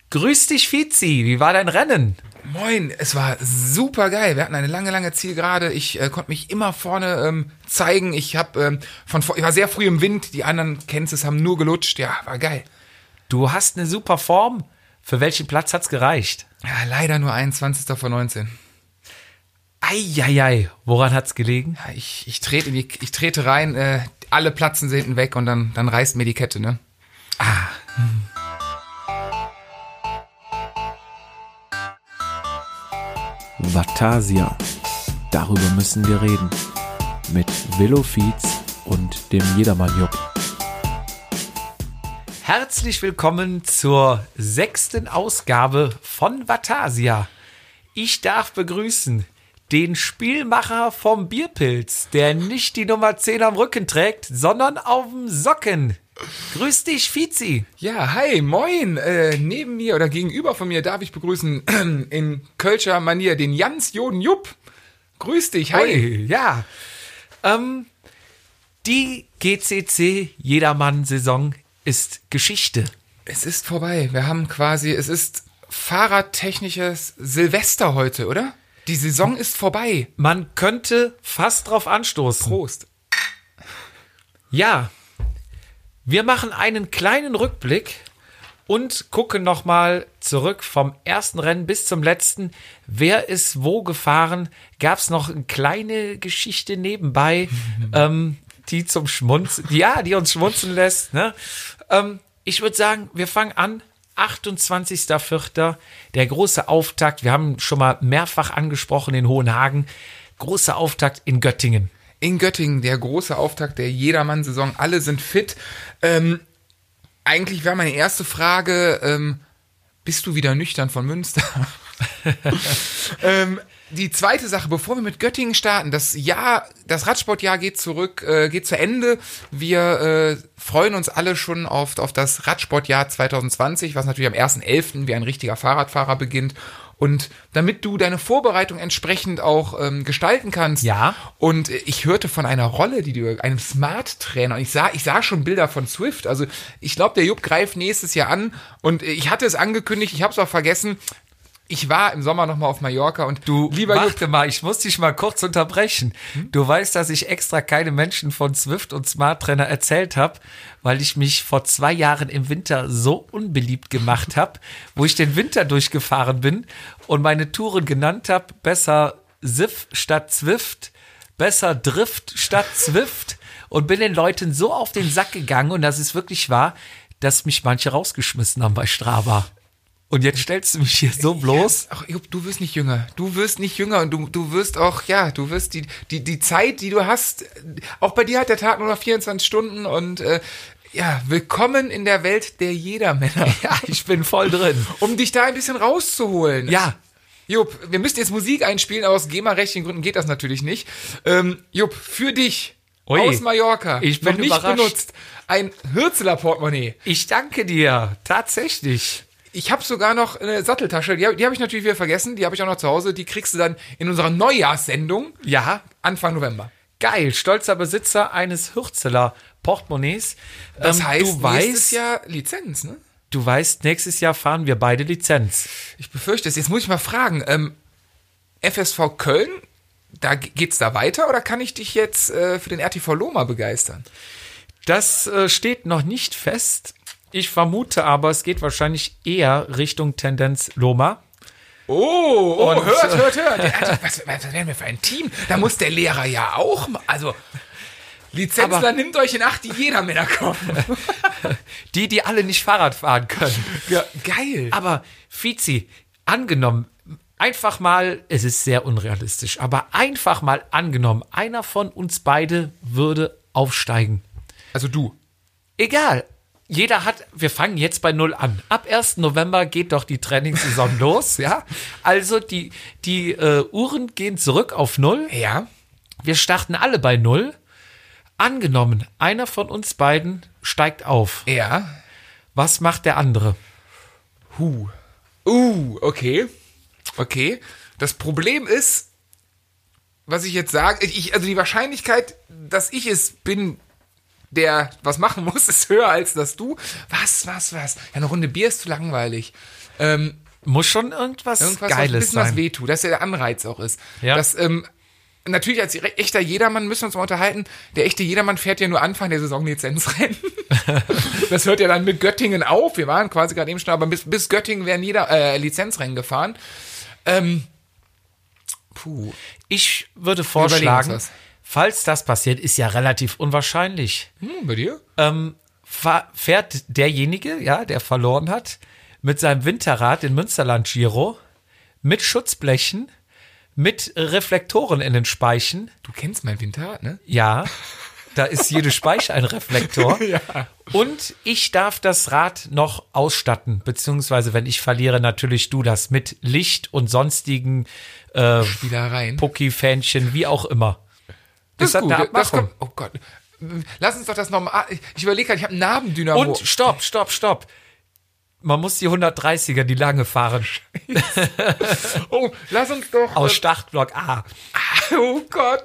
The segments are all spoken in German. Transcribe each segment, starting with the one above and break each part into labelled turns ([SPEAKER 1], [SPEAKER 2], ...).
[SPEAKER 1] Grüß dich, Fizi. Wie war dein Rennen?
[SPEAKER 2] Moin, es war super geil. Wir hatten eine lange Zielgerade. Ich konnte mich immer vorne zeigen. Ich war sehr früh im Wind. Die anderen kennst es, haben nur gelutscht. Ja, war geil.
[SPEAKER 1] Du hast eine super Form. Für welchen Platz hat's gereicht?
[SPEAKER 2] Ja, leider nur 21. von 19.
[SPEAKER 1] Eieiei, woran hat's gelegen?
[SPEAKER 2] Ja, ich trete rein, alle platzen hinten weg und dann reißt mir die Kette, ne?
[SPEAKER 3] Vatasia. Darüber müssen wir reden. Mit Willow Fietz und dem Jedermann Jupp.
[SPEAKER 1] Herzlich willkommen zur 6. Ausgabe von Vatasia. Ich darf begrüßen den Spielmacher vom Bierpilz, der nicht die Nummer 10 am Rücken trägt, sondern auf dem Socken. Grüß dich, Fizi.
[SPEAKER 2] Ja, hi, moin. Neben mir oder gegenüber von mir darf ich begrüßen in Kölscher Manier den Jans Joden Jupp. Grüß dich, hi.
[SPEAKER 1] Ui, ja. Die GCC Jedermann-Saison ist Geschichte.
[SPEAKER 2] Es ist vorbei. Es ist fahrradtechnisches Silvester heute, oder? Die Saison ist vorbei.
[SPEAKER 1] Man könnte fast drauf anstoßen.
[SPEAKER 2] Prost.
[SPEAKER 1] Ja, wir machen einen kleinen Rückblick und gucken nochmal zurück vom ersten Rennen bis zum letzten. Wer ist wo gefahren? Gab es noch eine kleine Geschichte nebenbei, die uns schmunzeln lässt. Ne? Ich würde sagen, wir fangen an. 28.04. Der große Auftakt. Wir haben schon mal mehrfach angesprochen in Hohenhagen. Großer Auftakt in Göttingen.
[SPEAKER 2] In Göttingen, der große Auftakt der Jedermann-Saison. Alle sind fit. Eigentlich wäre meine erste Frage, bist du wieder nüchtern von Münster? Die zweite Sache, bevor wir mit Göttingen starten, das Radsportjahr geht zu Ende. Wir freuen uns alle schon auf das Radsportjahr 2020, was natürlich am 1.11. wie ein richtiger Fahrradfahrer beginnt. Und damit du deine Vorbereitung entsprechend auch gestalten kannst.
[SPEAKER 1] Ja.
[SPEAKER 2] Und ich hörte von einer Rolle, einem Smart-Trainer. Und ich sah schon Bilder von Zwift. Also ich glaube, der Jupp greift nächstes Jahr an. Und ich hatte es angekündigt, ich habe es auch vergessen. Ich war im Sommer nochmal auf Mallorca und
[SPEAKER 1] Warte mal, ich muss dich mal kurz unterbrechen. Du weißt, dass ich extra keine Menschen von Zwift und Smart Trainer erzählt habe, weil ich mich vor 2 Jahren im Winter so unbeliebt gemacht habe, wo ich den Winter durchgefahren bin und meine Touren genannt habe, besser Sif statt Zwift, besser Drift statt Zwift und bin den Leuten so auf den Sack gegangen und das ist wirklich wahr, dass mich manche rausgeschmissen haben bei Strava. Und jetzt stellst du mich hier so bloß.
[SPEAKER 2] Ja, ach, Jupp, du wirst nicht jünger. Du wirst nicht jünger und du wirst auch, ja, du wirst die Zeit, die du hast, auch bei dir hat der Tag nur noch 24 Stunden und willkommen in der Welt der Jedermänner.
[SPEAKER 1] Ja, ich bin voll drin.
[SPEAKER 2] Um dich da ein bisschen rauszuholen.
[SPEAKER 1] Ja.
[SPEAKER 2] Jupp, wir müssen jetzt Musik einspielen, aber aus GEMA-rechtlichen Gründen geht das natürlich nicht. Jupp, für dich aus Mallorca,
[SPEAKER 1] ich bin
[SPEAKER 2] noch nicht
[SPEAKER 1] überrascht.
[SPEAKER 2] benutzt, ein Hürzeler Portemonnaie.
[SPEAKER 1] Ich danke dir, tatsächlich.
[SPEAKER 2] Ich habe sogar noch eine Satteltasche, die hab ich natürlich wieder vergessen, die habe ich auch noch zu Hause, die kriegst du dann in unserer Neujahrssendung Anfang November.
[SPEAKER 1] Geil, stolzer Besitzer eines Hürzeler Portemonnaies.
[SPEAKER 2] Das heißt,
[SPEAKER 1] du
[SPEAKER 2] nächstes Jahr Lizenz, ne?
[SPEAKER 1] Du weißt, nächstes Jahr fahren wir beide Lizenz.
[SPEAKER 2] Ich befürchte es. Jetzt muss ich mal fragen, FSV Köln, geht's da weiter oder kann ich dich jetzt für den RTV Lohmar begeistern?
[SPEAKER 1] Das steht noch nicht fest. Ich vermute aber, es geht wahrscheinlich eher Richtung Tendenz Lohmar.
[SPEAKER 2] Und hört. Was werden wir für ein Team? Da muss der Lehrer ja auch mal, also Lizenzler nimmt euch in Acht, die Jedermänner kommen.
[SPEAKER 1] Die alle nicht Fahrrad fahren können.
[SPEAKER 2] Ja, geil.
[SPEAKER 1] Aber Fizi, angenommen, einfach mal, es ist sehr unrealistisch, aber einfach mal angenommen, einer von uns beide würde aufsteigen.
[SPEAKER 2] Also du.
[SPEAKER 1] Egal. Wir fangen jetzt bei 0 an. Ab 1. November geht doch die Trainingssaison los, ja? Also die Uhren gehen zurück auf 0.
[SPEAKER 2] Ja.
[SPEAKER 1] Wir starten alle bei 0. Angenommen, einer von uns beiden steigt auf.
[SPEAKER 2] Ja.
[SPEAKER 1] Was macht der andere?
[SPEAKER 2] Okay. Das Problem ist, was ich jetzt sage, also die Wahrscheinlichkeit, dass ich es bin, der was machen muss, ist höher als das Du. Was? Ja, eine Runde Bier ist zu langweilig.
[SPEAKER 1] Muss schon irgendwas
[SPEAKER 2] Irgendwas, was ein
[SPEAKER 1] Geiles
[SPEAKER 2] bisschen was
[SPEAKER 1] sein.
[SPEAKER 2] wehtut, dass ja der Anreiz auch ist.
[SPEAKER 1] Ja.
[SPEAKER 2] Das, natürlich als echter Jedermann müssen wir uns mal unterhalten. Der echte Jedermann fährt ja nur Anfang der Saison Lizenzrennen. Das hört ja dann mit Göttingen auf. Wir waren quasi gerade eben schon, aber bis Göttingen werden Lizenzrennen gefahren.
[SPEAKER 1] Ich würde
[SPEAKER 2] überlegen uns
[SPEAKER 1] vorschlagen,
[SPEAKER 2] was.
[SPEAKER 1] falls das passiert, ist ja relativ unwahrscheinlich,
[SPEAKER 2] Bei dir?
[SPEAKER 1] fährt derjenige, ja, der verloren hat, mit seinem Winterrad den Münsterland-Giro mit Schutzblechen, mit Reflektoren in den Speichen.
[SPEAKER 2] Du kennst mein Winterrad, ne?
[SPEAKER 1] Ja, da ist jede Speiche ein Reflektor.
[SPEAKER 2] Ja.
[SPEAKER 1] Und ich darf das Rad noch ausstatten, beziehungsweise wenn ich verliere, natürlich du das mit Licht und sonstigen
[SPEAKER 2] Spielereien.
[SPEAKER 1] Pucki-Fähnchen, wie auch immer.
[SPEAKER 2] Das ist gut.
[SPEAKER 1] eine
[SPEAKER 2] Das
[SPEAKER 1] Abmachung.
[SPEAKER 2] kommt, oh Gott. Lass uns doch das nochmal. Ich überlege gerade, ich habe einen Nabendynamo.
[SPEAKER 1] Und stopp. Man muss die 130er, die lange fahren.
[SPEAKER 2] Oh, lass uns doch.
[SPEAKER 1] Aus Startblock A.
[SPEAKER 2] Oh Gott.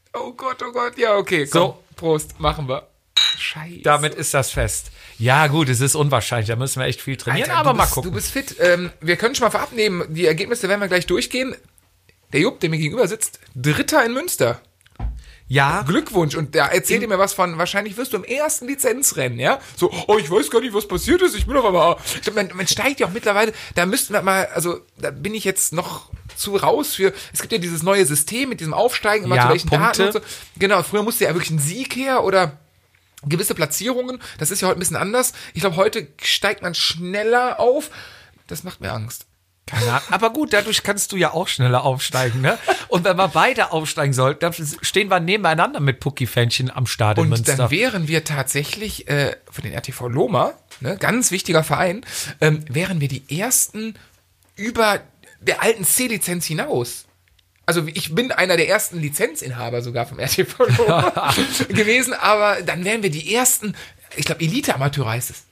[SPEAKER 2] Ja, okay. Komm.
[SPEAKER 1] So.
[SPEAKER 2] Prost. Machen wir. Scheiße.
[SPEAKER 1] Damit ist das fest. Ja, gut, es ist unwahrscheinlich. Da müssen wir echt viel trainieren,
[SPEAKER 2] Alter,
[SPEAKER 1] aber
[SPEAKER 2] du
[SPEAKER 1] mal
[SPEAKER 2] bist,
[SPEAKER 1] gucken.
[SPEAKER 2] Du bist fit. Wir können schon mal vorab nehmen. Die Ergebnisse werden wir gleich durchgehen. Der Jupp, der mir gegenüber sitzt, Dritter in Münster.
[SPEAKER 1] Ja,
[SPEAKER 2] Glückwunsch. Und da erzählt ihr mir was von, wahrscheinlich wirst du im ersten Lizenzrennen, ja? So, oh, ich weiß gar nicht, was passiert ist. Ich bin auf einmal. Ich glaub, man steigt ja auch mittlerweile, da müssten wir mal, also da bin ich jetzt noch zu raus für. Es gibt ja dieses neue System mit diesem Aufsteigen, immer
[SPEAKER 1] Ja,
[SPEAKER 2] zu welchen
[SPEAKER 1] Punkte.
[SPEAKER 2] Daten und so. Genau, früher musste ja wirklich ein Sieg her oder gewisse Platzierungen. Das ist ja heute ein bisschen anders. Ich glaube, heute steigt man schneller auf. Das macht mir Angst.
[SPEAKER 1] keine Ahnung. Aber gut, dadurch kannst du ja auch schneller aufsteigen, ne? Und wenn wir beide aufsteigen sollten, dann stehen wir nebeneinander mit Pucki-Fähnchen am Start in
[SPEAKER 2] Und
[SPEAKER 1] Münster.
[SPEAKER 2] dann wären wir tatsächlich für den RTV Lohmar, ne, ganz wichtiger Verein, wären wir die ersten über der alten C-Lizenz hinaus. Also ich bin einer der ersten Lizenzinhaber sogar vom RTV Lohmar gewesen, aber dann wären wir die ersten, ich glaube Elite-Amateure heißt es.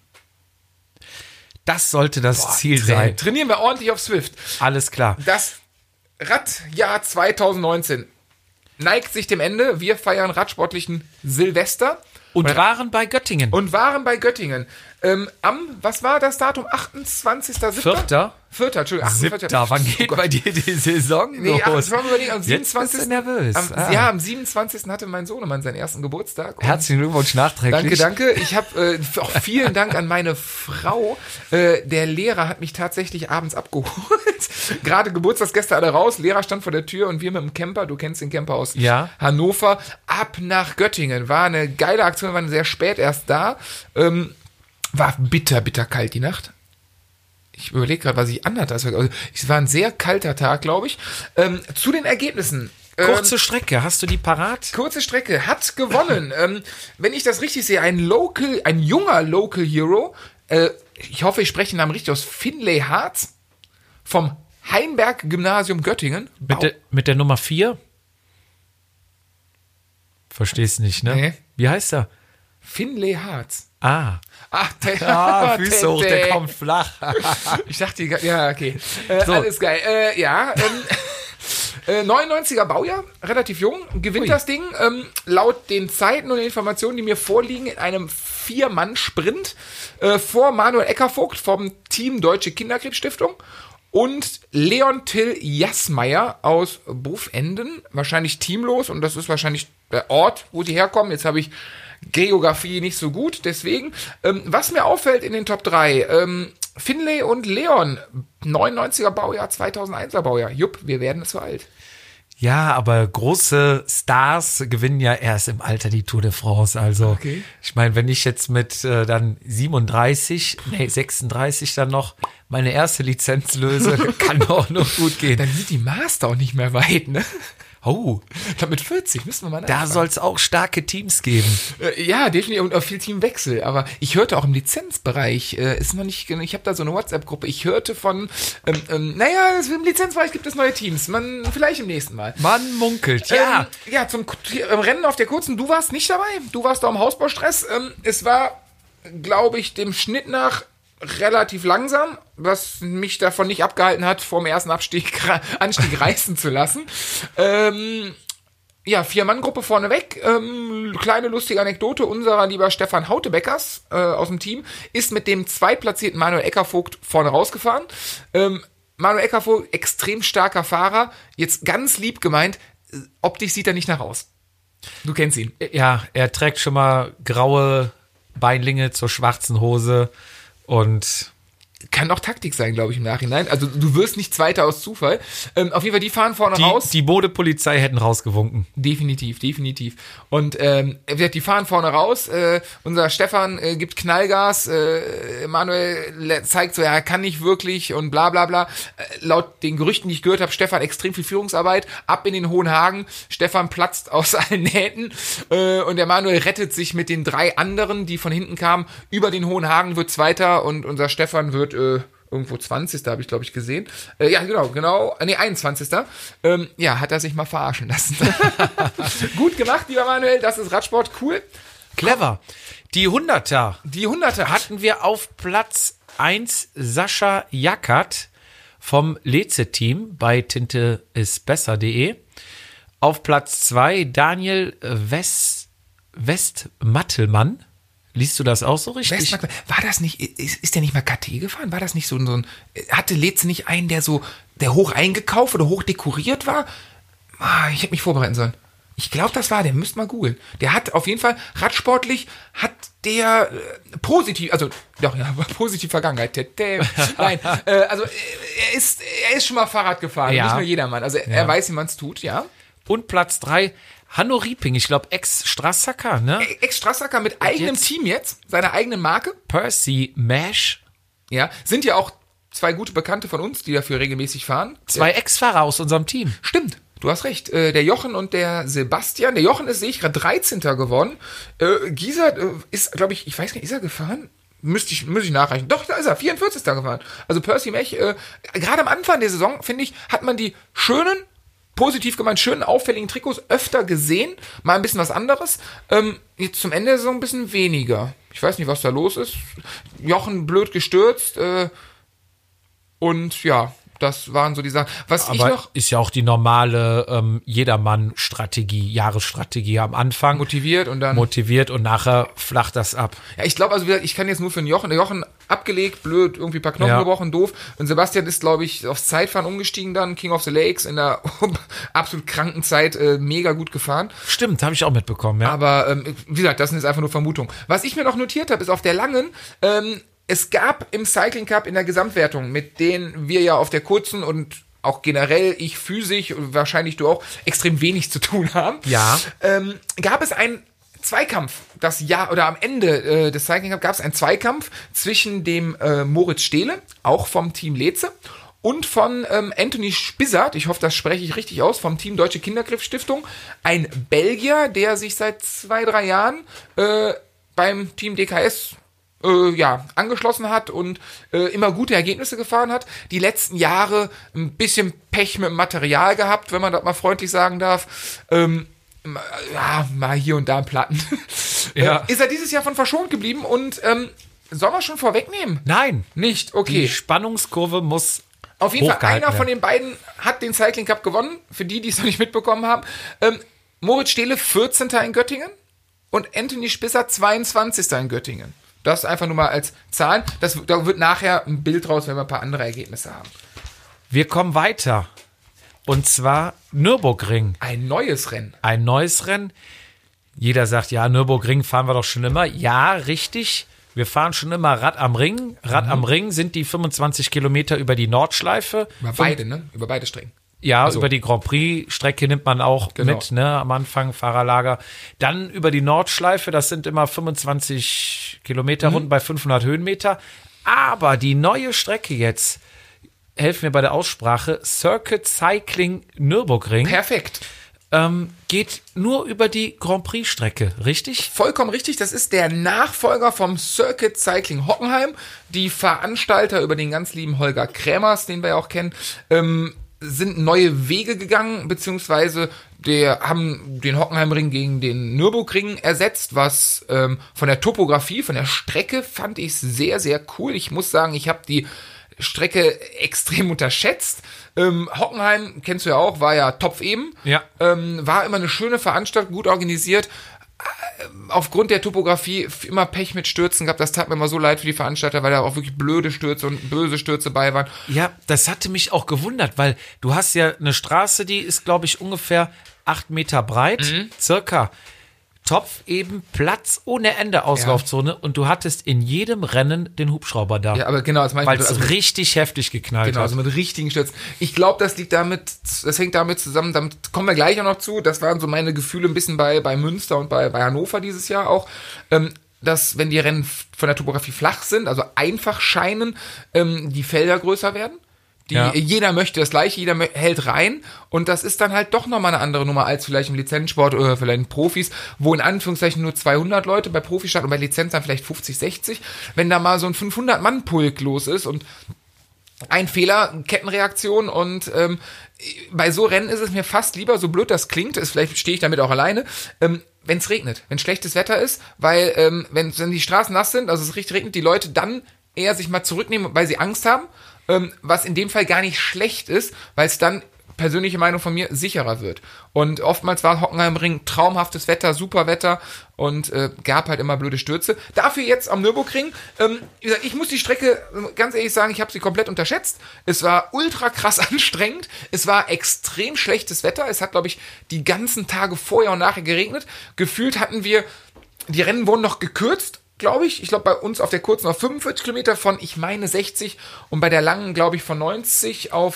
[SPEAKER 1] Das sollte das Ziel sein.
[SPEAKER 2] Trainieren wir ordentlich auf Swift.
[SPEAKER 1] Alles klar.
[SPEAKER 2] Das Radjahr 2019 neigt sich dem Ende. Wir feiern radsportlichen Silvester.
[SPEAKER 1] Und waren bei Göttingen.
[SPEAKER 2] Und waren bei Göttingen. Was war das Datum? 28.07.? Vierter, Entschuldigung.
[SPEAKER 1] 7. Wann geht bei dir die Saison
[SPEAKER 2] Nee,
[SPEAKER 1] los?
[SPEAKER 2] am
[SPEAKER 1] Jetzt
[SPEAKER 2] 27.
[SPEAKER 1] bist du nervös.
[SPEAKER 2] Ja, am 27. hatte mein Sohnemann seinen ersten Geburtstag. Und
[SPEAKER 1] Herzlichen Glückwunsch nachträglich.
[SPEAKER 2] Danke. Ich habe auch vielen Dank an meine Frau. Der Lehrer hat mich tatsächlich abends abgeholt. Gerade Geburtstagsgäste alle raus. Lehrer stand vor der Tür und wir mit dem Camper. Du kennst den Camper aus Hannover. Ab nach Göttingen. War eine geile Aktion. Wir waren sehr spät erst da. War bitter kalt die Nacht. Ich überlege gerade, was ich anhatte. Also, es war ein sehr kalter Tag, glaube ich. Zu den Ergebnissen.
[SPEAKER 1] Kurze Strecke, hast du die parat?
[SPEAKER 2] Kurze Strecke, hat gewonnen. Wenn ich das richtig sehe, ein junger Local Hero, ich hoffe, ich spreche den Namen richtig aus, Finlay Harz vom Heinberg-Gymnasium Göttingen.
[SPEAKER 1] Mit der Nummer 4? Verstehst nicht, ne?
[SPEAKER 2] Nee.
[SPEAKER 1] Wie heißt er?
[SPEAKER 2] Finlay Harz.
[SPEAKER 1] Ah.
[SPEAKER 2] Ach,
[SPEAKER 1] Füße hoch, der kommt flach.
[SPEAKER 2] Ich dachte, ja, okay. Alles geil. 99er Baujahr, relativ jung, gewinnt das Ding. Laut den Zeiten und den Informationen, die mir vorliegen, in einem 4-Mann-Sprint vor Manuel Eckervogt vom Team Deutsche Kinderkrebsstiftung und Leon Till Jasmeier aus Buffenden, wahrscheinlich teamlos, und das ist wahrscheinlich der Ort, wo die herkommen. Jetzt habe ich Geografie nicht so gut, deswegen. Was mir auffällt in den Top 3, Finlay und Leon, 99er Baujahr, 2001er Baujahr. Jupp, wir werden zu alt.
[SPEAKER 1] Ja, aber große Stars gewinnen ja erst im Alter die Tour de France. Also, Ich meine, wenn ich jetzt mit dann 36 dann noch meine erste Lizenz löse, kann doch noch gut gehen.
[SPEAKER 2] Dann sind die Master auch nicht mehr weit, ne?
[SPEAKER 1] Oh,
[SPEAKER 2] Ich glaube, mit 40 müssen wir mal
[SPEAKER 1] da
[SPEAKER 2] nachfragen.
[SPEAKER 1] soll es auch starke Teams geben.
[SPEAKER 2] Ja, definitiv, und auch viel Teamwechsel. Aber ich hörte auch im Lizenzbereich, ist noch nicht, ich habe da so eine WhatsApp-Gruppe, ich hörte von, im Lizenzbereich gibt es neue Teams. Vielleicht im nächsten Mal.
[SPEAKER 1] Man munkelt, ja.
[SPEAKER 2] Zum Rennen auf der kurzen, du warst nicht dabei. Du warst da im Hausbaustress. Es war, glaube ich, dem Schnitt nach relativ langsam, was mich davon nicht abgehalten hat, vor dem ersten Anstieg reißen zu lassen. Ja, 4-Mann-Gruppe vorneweg. Kleine lustige Anekdote. Unser lieber Stefan Hautebeckers aus dem Team ist mit dem zweitplatzierten Manuel Eckervogt vorne rausgefahren. Manuel Eckervogt, extrem starker Fahrer. Jetzt ganz lieb gemeint, optisch sieht er nicht nach aus. Du kennst ihn.
[SPEAKER 1] Ja, er trägt schon mal graue Beinlinge zur schwarzen Hose und
[SPEAKER 2] kann auch Taktik sein, glaube ich, im Nachhinein. Also du wirst nicht Zweiter aus Zufall. Auf jeden Fall, die fahren vorne raus.
[SPEAKER 1] Die Bodepolizei hätten rausgewunken.
[SPEAKER 2] Definitiv. Und die fahren vorne raus. Unser Stefan gibt Knallgas. Manuel zeigt so, er kann nicht wirklich und bla bla bla. Laut den Gerüchten, die ich gehört habe, Stefan extrem viel Führungsarbeit. Ab in den Hohen Hagen. Stefan platzt aus allen Nähten. Und der Manuel rettet sich mit den 3 anderen, die von hinten kamen. Über den Hohen Hagen wird Zweiter und unser Stefan wird irgendwo 20. habe ich, glaube ich, gesehen. Ja, genau. Nee, 21. Ja, hat er sich mal verarschen lassen. Gut gemacht, lieber Manuel. Das ist Radsport. Cool.
[SPEAKER 1] Clever. Die 100er.
[SPEAKER 2] Die 100er.
[SPEAKER 1] Hatten wir auf Platz 1 Sascha Jackert vom Leze-Team bei tinteisbesser.de. Auf Platz 2 Daniel Westmattelmann. Liest du das auch so richtig?
[SPEAKER 2] War das nicht, ist der nicht mal KT gefahren? War das nicht so ein, hatte Leze nicht einen, der hoch eingekauft oder hoch dekoriert war? Ich hätte mich vorbereiten sollen. Ich glaube, das war der, müsst mal googeln. Der hat auf jeden Fall, radsportlich hat der positiv, also, doch, ja, positiv Vergangenheit. Nein, also er ist schon mal Fahrrad gefahren,
[SPEAKER 1] ja.
[SPEAKER 2] Nicht nur jedermann. Also er weiß, wie man es tut, ja.
[SPEAKER 1] Und Platz 3, Hanno Rieping, ich glaube Ex-Strassacker, ne?
[SPEAKER 2] Ex-Strassacker mit eigenem Team jetzt, seiner eigenen Marke.
[SPEAKER 1] Percy Mash.
[SPEAKER 2] Ja, sind ja auch 2 gute Bekannte von uns, die dafür regelmäßig fahren.
[SPEAKER 1] 2 Ex-Fahrer aus unserem Team.
[SPEAKER 2] Stimmt, du hast recht. Der Jochen und der Sebastian. Der Jochen ist, sehe ich gerade, 13. geworden. Gieser ist, glaube ich weiß gar nicht, ist er gefahren? Muss ich nachreichen. Doch, da ist er, 44. gefahren. Also Percy Mech, gerade am Anfang der Saison, finde ich, hat man die schönen, positiv gemeint, schönen, auffälligen Trikots öfter gesehen. Mal ein bisschen was anderes. Jetzt zum Ende der Saison ein bisschen weniger. Ich weiß nicht, was da los ist. Jochen blöd gestürzt. Und ja, das waren so die Sachen. Was
[SPEAKER 1] Aber
[SPEAKER 2] ich noch.
[SPEAKER 1] Ist ja auch die normale Jedermann-Strategie, Jahresstrategie am Anfang.
[SPEAKER 2] Motiviert und
[SPEAKER 1] nachher flacht das ab.
[SPEAKER 2] Ja, ich glaube, also wie gesagt, ich kann jetzt nur für den Jochen. Der Jochen abgelegt, blöd, irgendwie ein paar Knochen gebrochen, doof. Und Sebastian ist, glaube ich, aufs Zeitfahren umgestiegen dann, King of the Lakes, in der absolut kranken Zeit mega gut gefahren.
[SPEAKER 1] Stimmt, habe ich auch mitbekommen, ja.
[SPEAKER 2] Aber wie gesagt, das sind jetzt einfach nur Vermutungen. Was ich mir noch notiert habe, ist auf der langen, es gab im Cycling Cup in der Gesamtwertung, mit denen wir ja auf der kurzen und auch generell ich physisch und wahrscheinlich du auch extrem wenig zu tun haben.
[SPEAKER 1] Ja.
[SPEAKER 2] Gab es einen Zweikampf, am Ende des Cycling Cup gab es einen Zweikampf zwischen dem Moritz Stehle, auch vom Team Leze, und von Anthony Spissart, ich hoffe, das spreche ich richtig aus, vom Team Deutsche Kinderkrebsstiftung, ein Belgier, der sich seit 2-3 Jahren beim Team DKS angeschlossen hat und immer gute Ergebnisse gefahren hat. Die letzten Jahre ein bisschen Pech mit dem Material gehabt, wenn man das mal freundlich sagen darf. Mal hier und da ein Platten.
[SPEAKER 1] Ja.
[SPEAKER 2] Ist er dieses Jahr von verschont geblieben und soll man schon vorwegnehmen?
[SPEAKER 1] Nein.
[SPEAKER 2] Nicht, okay.
[SPEAKER 1] Die Spannungskurve muss
[SPEAKER 2] auf jeden Fall einer
[SPEAKER 1] werden.
[SPEAKER 2] von den beiden hat den Cycling Cup gewonnen, für die es noch nicht mitbekommen haben. Moritz Stehle 14. in Göttingen und Anthony Spissart 22. in Göttingen. Das einfach nur mal als Zahlen. Da wird nachher ein Bild raus, wenn wir ein paar andere Ergebnisse haben.
[SPEAKER 1] Wir kommen weiter. Und zwar Nürburgring.
[SPEAKER 2] Ein neues Rennen.
[SPEAKER 1] Ein neues Rennen. Jeder sagt, ja, Nürburgring fahren wir doch schon immer. Ja, richtig. Wir fahren schon immer Rad am Ring. Rad am Ring sind die 25 Kilometer über die Nordschleife.
[SPEAKER 2] Über beide, ne? Über beide Strecken.
[SPEAKER 1] Ja, also über die Grand Prix-Strecke nimmt man auch mit, ne, am Anfang, Fahrerlager. Dann über die Nordschleife, das sind immer 25 Kilometer Runden bei 500 Höhenmeter. Aber die neue Strecke jetzt, helfen mir bei der Aussprache, Circuit Cycling Nürburgring.
[SPEAKER 2] Perfekt.
[SPEAKER 1] Geht nur über die Grand Prix-Strecke, richtig?
[SPEAKER 2] Vollkommen richtig, das ist der Nachfolger vom Circuit Cycling Hockenheim. Die Veranstalter über den ganz lieben Holger Krämers, den wir ja auch kennen, sind neue Wege gegangen, beziehungsweise haben den Hockenheimring gegen den Nürburgring ersetzt, was von der Topografie, von der Strecke fand ich sehr, sehr cool. Ich muss sagen, ich habe die Strecke extrem unterschätzt. Hockenheim, kennst du ja auch, war ja Topf eben.
[SPEAKER 1] Ja.
[SPEAKER 2] War immer eine schöne Veranstaltung, gut organisiert. Aufgrund der Topografie immer Pech mit Stürzen gehabt. Das tat mir immer so leid für die Veranstalter, weil da auch wirklich blöde Stürze und böse Stürze bei waren.
[SPEAKER 1] Ja, das hatte mich auch gewundert, weil du hast ja eine Straße, die ist, glaube ich, ungefähr 8 Meter breit, circa Topf eben, Platz ohne Ende Auslaufzone und du hattest in jedem Rennen den Hubschrauber da.
[SPEAKER 2] Ja, aber genau, das meine
[SPEAKER 1] weil
[SPEAKER 2] ich.
[SPEAKER 1] es richtig heftig geknallt
[SPEAKER 2] Genau,
[SPEAKER 1] hat.
[SPEAKER 2] also mit richtigen Stürzen. Ich glaube, das hängt damit zusammen, damit kommen wir gleich auch noch zu. Das waren so meine Gefühle ein bisschen bei Münster und bei Hannover dieses Jahr auch. Dass, wenn die Rennen von der Topografie flach sind, also einfach scheinen, die Felder größer werden. Jeder möchte das Gleiche, jeder hält rein und das ist dann halt doch nochmal eine andere Nummer als vielleicht im Lizenzsport oder vielleicht in Profis, wo in Anführungszeichen nur 200 Leute bei Profi starten und bei Lizenz dann vielleicht 50, 60. Wenn da mal so ein 500-Mann-Pulk los ist und ein Fehler, Kettenreaktion und bei so Rennen ist es mir fast lieber, so blöd das klingt, vielleicht stehe ich damit auch alleine, wenn es regnet, wenn schlechtes Wetter ist, weil wenn die Straßen nass sind, also es richtig regnet, die Leute dann eher sich mal zurücknehmen, weil sie Angst haben, was in dem Fall gar nicht schlecht ist, weil es dann, persönliche Meinung von mir, sicherer wird. Und oftmals war Hockenheimring traumhaftes Wetter, super Wetter und gab halt immer blöde Stürze. Dafür jetzt am Nürburgring, wie gesagt, ich muss die Strecke ganz ehrlich sagen, ich habe sie komplett unterschätzt. Es war ultra krass anstrengend, es war extrem schlechtes Wetter, es hat, glaube ich, die ganzen Tage vorher und nachher geregnet. Gefühlt hatten wir, die Rennen wurden noch gekürzt, glaube ich. Ich glaube, bei uns auf der kurzen auf 45 Kilometer von, ich meine, 60 und bei der langen, glaube ich, von 90 auf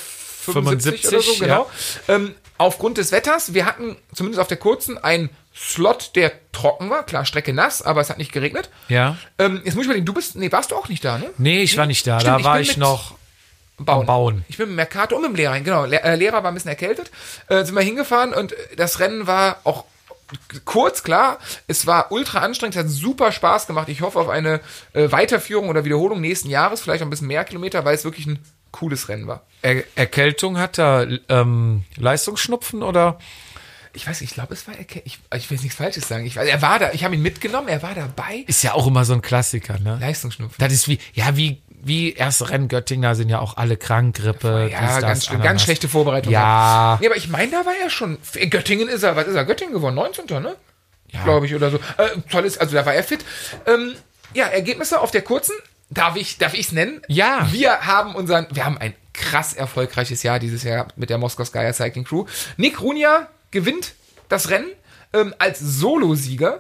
[SPEAKER 2] 75 oder so, genau. Ja. Aufgrund des Wetters, wir hatten zumindest auf der kurzen einen Slot, der trocken war. Klar, Strecke nass, aber es hat nicht geregnet.
[SPEAKER 1] Ja.
[SPEAKER 2] Jetzt muss ich überlegen, warst du auch nicht da, ne?
[SPEAKER 1] Nee, ich war nicht da.
[SPEAKER 2] Stimmt,
[SPEAKER 1] da war ich noch bauen.
[SPEAKER 2] Ich bin mit Mercator und mit dem Lehrer, genau. Lehrer war ein bisschen erkältet. Sind wir hingefahren und das Rennen war auch kurz, klar, es war ultra anstrengend, es hat super Spaß gemacht. Ich hoffe auf eine Weiterführung oder Wiederholung nächsten Jahres, vielleicht auch ein bisschen mehr Kilometer, weil es wirklich ein cooles Rennen war.
[SPEAKER 1] Erkältung, hat er Leistungsschnupfen oder?
[SPEAKER 2] Ich weiß, ich glaube, es war ich will nichts Falsches sagen. Er war da, ich habe ihn mitgenommen, er war dabei.
[SPEAKER 1] Ist ja auch immer so ein Klassiker, ne?
[SPEAKER 2] Leistungsschnupfen.
[SPEAKER 1] Das ist wie erste Rennen Göttingen, da sind ja auch alle krank, Grippe.
[SPEAKER 2] Ja, ganz schlechte Vorbereitung.
[SPEAKER 1] Ja.
[SPEAKER 2] Nee, aber ich meine, da war er schon. Göttingen was ist er? Göttingen gewonnen, 19. ne? Ja. Glaube ich, oder so. Tolles, also da war er fit. Ergebnisse auf der kurzen. Darf ich's nennen?
[SPEAKER 1] Ja.
[SPEAKER 2] Wir haben ein krass erfolgreiches Jahr dieses Jahr mit der Moskau Skya Cycling Crew. Nick Runja gewinnt das Rennen als Solosieger.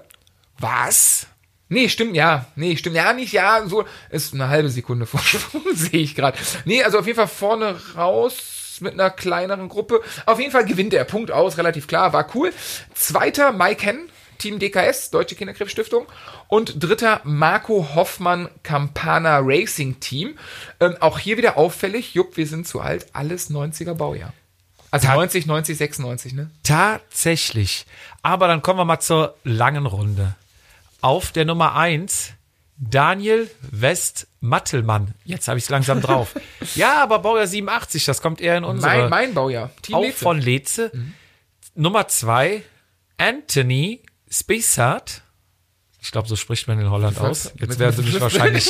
[SPEAKER 1] Was?
[SPEAKER 2] Nee, stimmt ja, nicht, ja, so ist eine halbe Sekunde Vorsprung, sehe ich gerade. Nee, also auf jeden Fall vorne raus mit einer kleineren Gruppe. Auf jeden Fall gewinnt er, Punkt aus, relativ klar, war cool. Zweiter Mike Henn, Team DKS, Deutsche Kinderkrebsstiftung. Und dritter Marco Hoffmann, Campana Racing Team. Auch hier wieder auffällig, wir sind zu alt, alles 90er Baujahr. Also 90, 96, ne?
[SPEAKER 1] Tatsächlich. Aber dann kommen wir mal zur langen Runde. Auf der Nummer 1 Daniel West-Mattelmann. Jetzt habe ich es langsam drauf. Ja, aber Baujahr 87, das kommt eher in unsere...
[SPEAKER 2] Mein Baujahr.
[SPEAKER 1] Team Leze. Von Leze. Nummer 2 Anthony Spessart. Ich glaube, so spricht man in Holland aus. Jetzt werden sie mich wahrscheinlich...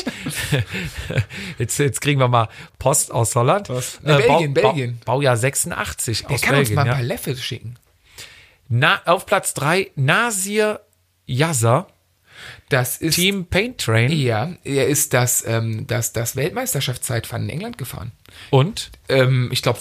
[SPEAKER 1] jetzt kriegen wir mal Post aus Holland.
[SPEAKER 2] Belgien.
[SPEAKER 1] Baujahr 86
[SPEAKER 2] Der
[SPEAKER 1] aus
[SPEAKER 2] kann
[SPEAKER 1] Belgien.
[SPEAKER 2] Uns mal ein paar Leffels schicken.
[SPEAKER 1] Auf Platz 3 Nasir Yazzer.
[SPEAKER 2] Das ist
[SPEAKER 1] Team Paint Train.
[SPEAKER 2] Ja, er ist das Weltmeisterschaftszeitfahren in England gefahren.
[SPEAKER 1] Und?
[SPEAKER 2] Ich glaube,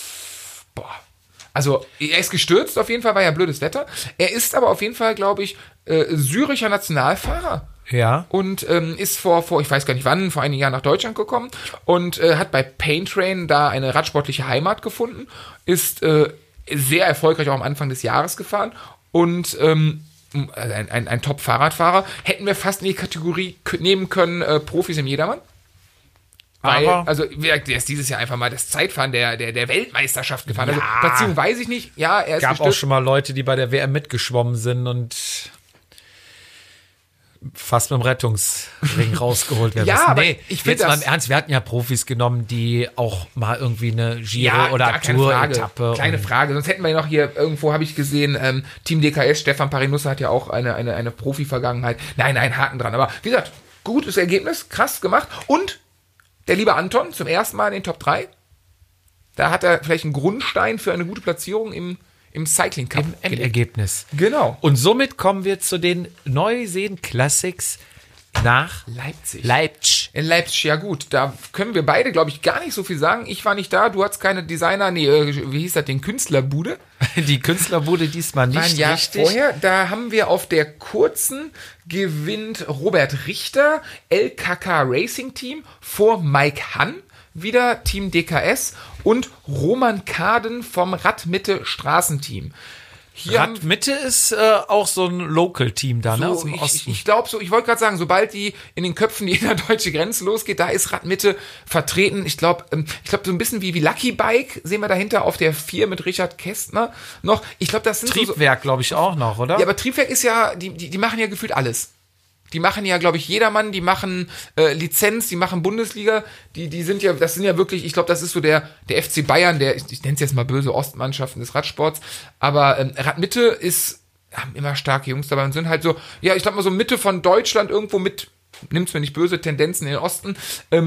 [SPEAKER 2] also er ist gestürzt, auf jeden Fall war ja blödes Wetter. Er ist aber auf jeden Fall, glaube ich, syrischer Nationalfahrer.
[SPEAKER 1] Ja. Und
[SPEAKER 2] ist vor, ich weiß gar nicht wann, vor einigen Jahren nach Deutschland gekommen und hat bei Paint Train da eine radsportliche Heimat gefunden, ist sehr erfolgreich auch am Anfang des Jahres gefahren und ein Top-Fahrradfahrer. Hätten wir fast in die Kategorie nehmen können, Profis im Jedermann. Weil, also, der ist dieses Jahr einfach mal das Zeitfahren der Weltmeisterschaft gefahren.
[SPEAKER 1] Ja.
[SPEAKER 2] Also, Platzierung weiß ich nicht. Ja, er ist
[SPEAKER 1] gab
[SPEAKER 2] gestürzt.
[SPEAKER 1] auch schon mal Leute, die bei der WM mitgeschwommen sind und fast mit dem Rettungsring rausgeholt werden.
[SPEAKER 2] Ja, aber ich finde
[SPEAKER 1] jetzt mal im Ernst, wir hatten ja Profis genommen, die auch mal irgendwie eine Giro- oder Tour-Etappe.
[SPEAKER 2] Kleine Frage, sonst hätten wir ja noch hier, irgendwo habe ich gesehen, Team DKS, Stefan Parinusse hat ja auch eine Profi-Vergangenheit. Nein, Haken dran. Aber wie gesagt, gutes Ergebnis, krass gemacht und der liebe Anton zum ersten Mal in den Top 3. Da hat er vielleicht einen Grundstein für eine gute Platzierung im Cycling Cup.
[SPEAKER 1] Im Endergebnis.
[SPEAKER 2] Genau.
[SPEAKER 1] Und somit kommen wir zu den Neuseen Classics nach Leipzig.
[SPEAKER 2] In Leipzig, ja gut, da können wir beide, glaube ich, gar nicht so viel sagen. Ich war nicht da, du hattest keine Designer, wie hieß das, den Künstlerbude?
[SPEAKER 1] Die Künstlerbude diesmal nicht
[SPEAKER 2] Ein Jahr
[SPEAKER 1] richtig.
[SPEAKER 2] vorher, da haben wir auf der kurzen gewinnt Robert Richter, LKK Racing Team, vor Mike Hann, wieder Team DKS und Roman Kaden vom Radmitte Straßenteam. Hier
[SPEAKER 1] Radmitte ist auch so ein Local-Team da, ne? Aus dem Osten.
[SPEAKER 2] Ich glaube so, ich wollte gerade sagen, sobald die in den Köpfen die innerdeutsche Grenze losgeht, da ist Radmitte vertreten. Ich glaube so ein bisschen wie Lucky Bike sehen wir dahinter auf der 4 mit Richard Kästner noch. Ich glaube, das sind
[SPEAKER 1] Triebwerk, glaube ich, auch noch, oder?
[SPEAKER 2] Ja, aber Triebwerk ist ja, die machen ja gefühlt alles. Die machen ja, glaube ich, jedermann, die machen Lizenz, die machen Bundesliga, die sind ja, das sind ja wirklich, ich glaube, das ist so der FC Bayern, ich nenne es jetzt mal böse Ostmannschaften des Radsports, aber Radmitte haben immer starke Jungs dabei und sind halt so, ja, ich glaube mal so Mitte von Deutschland irgendwo mit, nimm's mir nicht böse, Tendenzen in den Osten,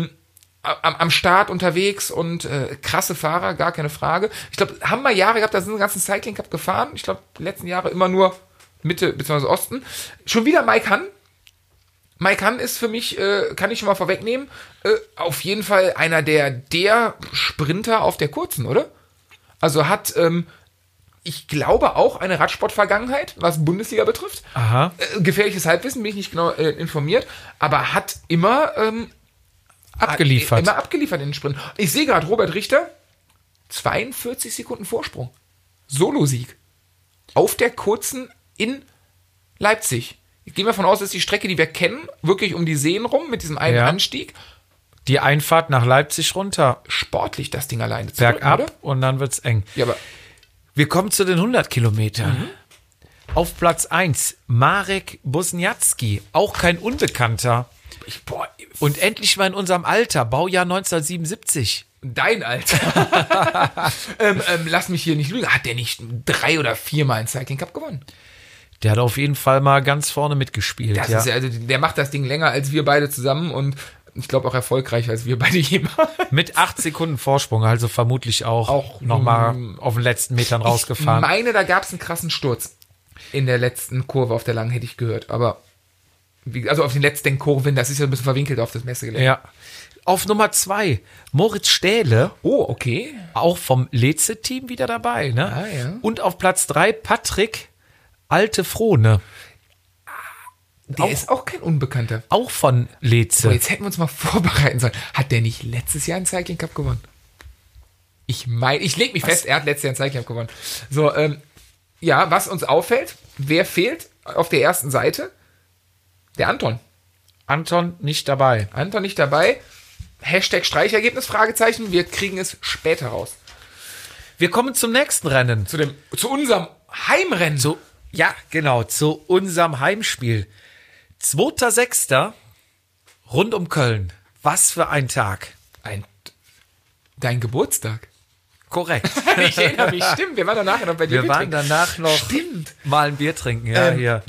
[SPEAKER 2] am Start unterwegs und krasse Fahrer, gar keine Frage. Ich glaube, haben wir Jahre gehabt, da sind den ganzen Cycling Cup gefahren, ich glaube, die letzten Jahre immer nur Mitte bzw. Osten. Schon wieder Mike Hann. Mike Hann ist für mich, kann ich schon mal vorwegnehmen, auf jeden Fall einer der Sprinter auf der kurzen, oder? Also hat, ich glaube, auch eine Radsport-Vergangenheit, was Bundesliga betrifft.
[SPEAKER 1] Aha.
[SPEAKER 2] Gefährliches Halbwissen, bin ich nicht genau informiert, aber hat immer
[SPEAKER 1] abgeliefert.
[SPEAKER 2] Immer abgeliefert in den Sprint. Ich sehe gerade Robert Richter, 42 Sekunden Vorsprung. Solosieg. Auf der kurzen in Leipzig. Ich gehe mal davon aus, dass die Strecke, die wir kennen, wirklich um die Seen rum, mit diesem einen Anstieg.
[SPEAKER 1] Die Einfahrt nach Leipzig runter.
[SPEAKER 2] Sportlich, das Ding alleine zu
[SPEAKER 1] Bergab
[SPEAKER 2] drücken,
[SPEAKER 1] und dann wird's eng.
[SPEAKER 2] Ja, aber
[SPEAKER 1] Wir kommen zu den 100 Kilometern. Auf Platz 1 Marek Bosniacki, auch kein Unbekannter. Und endlich mal in unserem Alter, Baujahr 1977.
[SPEAKER 2] dein Alter. Lass mich hier nicht lügen. Hat der nicht 3 oder 4 Mal einen Cycling Cup gewonnen?
[SPEAKER 1] Der hat auf jeden Fall mal ganz vorne mitgespielt.
[SPEAKER 2] Das ist ja, also der macht das Ding länger als wir beide zusammen und ich glaube auch erfolgreicher als wir beide jemals.
[SPEAKER 1] Mit 8 Sekunden Vorsprung, also vermutlich auch nochmal auf den letzten Metern rausgefahren.
[SPEAKER 2] Ich meine, da gab es einen krassen Sturz in der letzten Kurve auf der langen, hätte ich gehört. Aber, also auf den letzten Kurven, das ist ja ein bisschen verwinkelt auf das Messegelände.
[SPEAKER 1] Ja. Auf Nummer 2, Moritz Stähle.
[SPEAKER 2] Oh, okay.
[SPEAKER 1] Auch vom Leze-Team wieder dabei, ne?
[SPEAKER 2] Ah, ja.
[SPEAKER 1] Und auf Platz 3, Patrick Alte Frohne.
[SPEAKER 2] Der ist auch kein Unbekannter.
[SPEAKER 1] Auch von Leze.
[SPEAKER 2] So, jetzt hätten wir uns mal vorbereiten sollen. Hat der nicht letztes Jahr einen Cycling Cup gewonnen? Ich leg mich fest, er hat letztes Jahr einen Cycling Cup gewonnen. So, ja, was uns auffällt, wer fehlt auf der ersten Seite? Der Anton.
[SPEAKER 1] Anton nicht dabei.
[SPEAKER 2] Anton nicht dabei. Hashtag Streichergebnis, Fragezeichen. Wir kriegen es später raus.
[SPEAKER 1] Wir kommen zum nächsten Rennen.
[SPEAKER 2] Zu unserem Heimrennen.
[SPEAKER 1] Ja, genau, zu unserem Heimspiel. 2.6. rund um Köln. Was für ein Tag.
[SPEAKER 2] Dein Geburtstag.
[SPEAKER 1] Korrekt.
[SPEAKER 2] Ich erinnere mich, stimmt. Wir waren danach noch bei dir.
[SPEAKER 1] Wir waren danach noch mal ein Bier trinken. Ja, hier.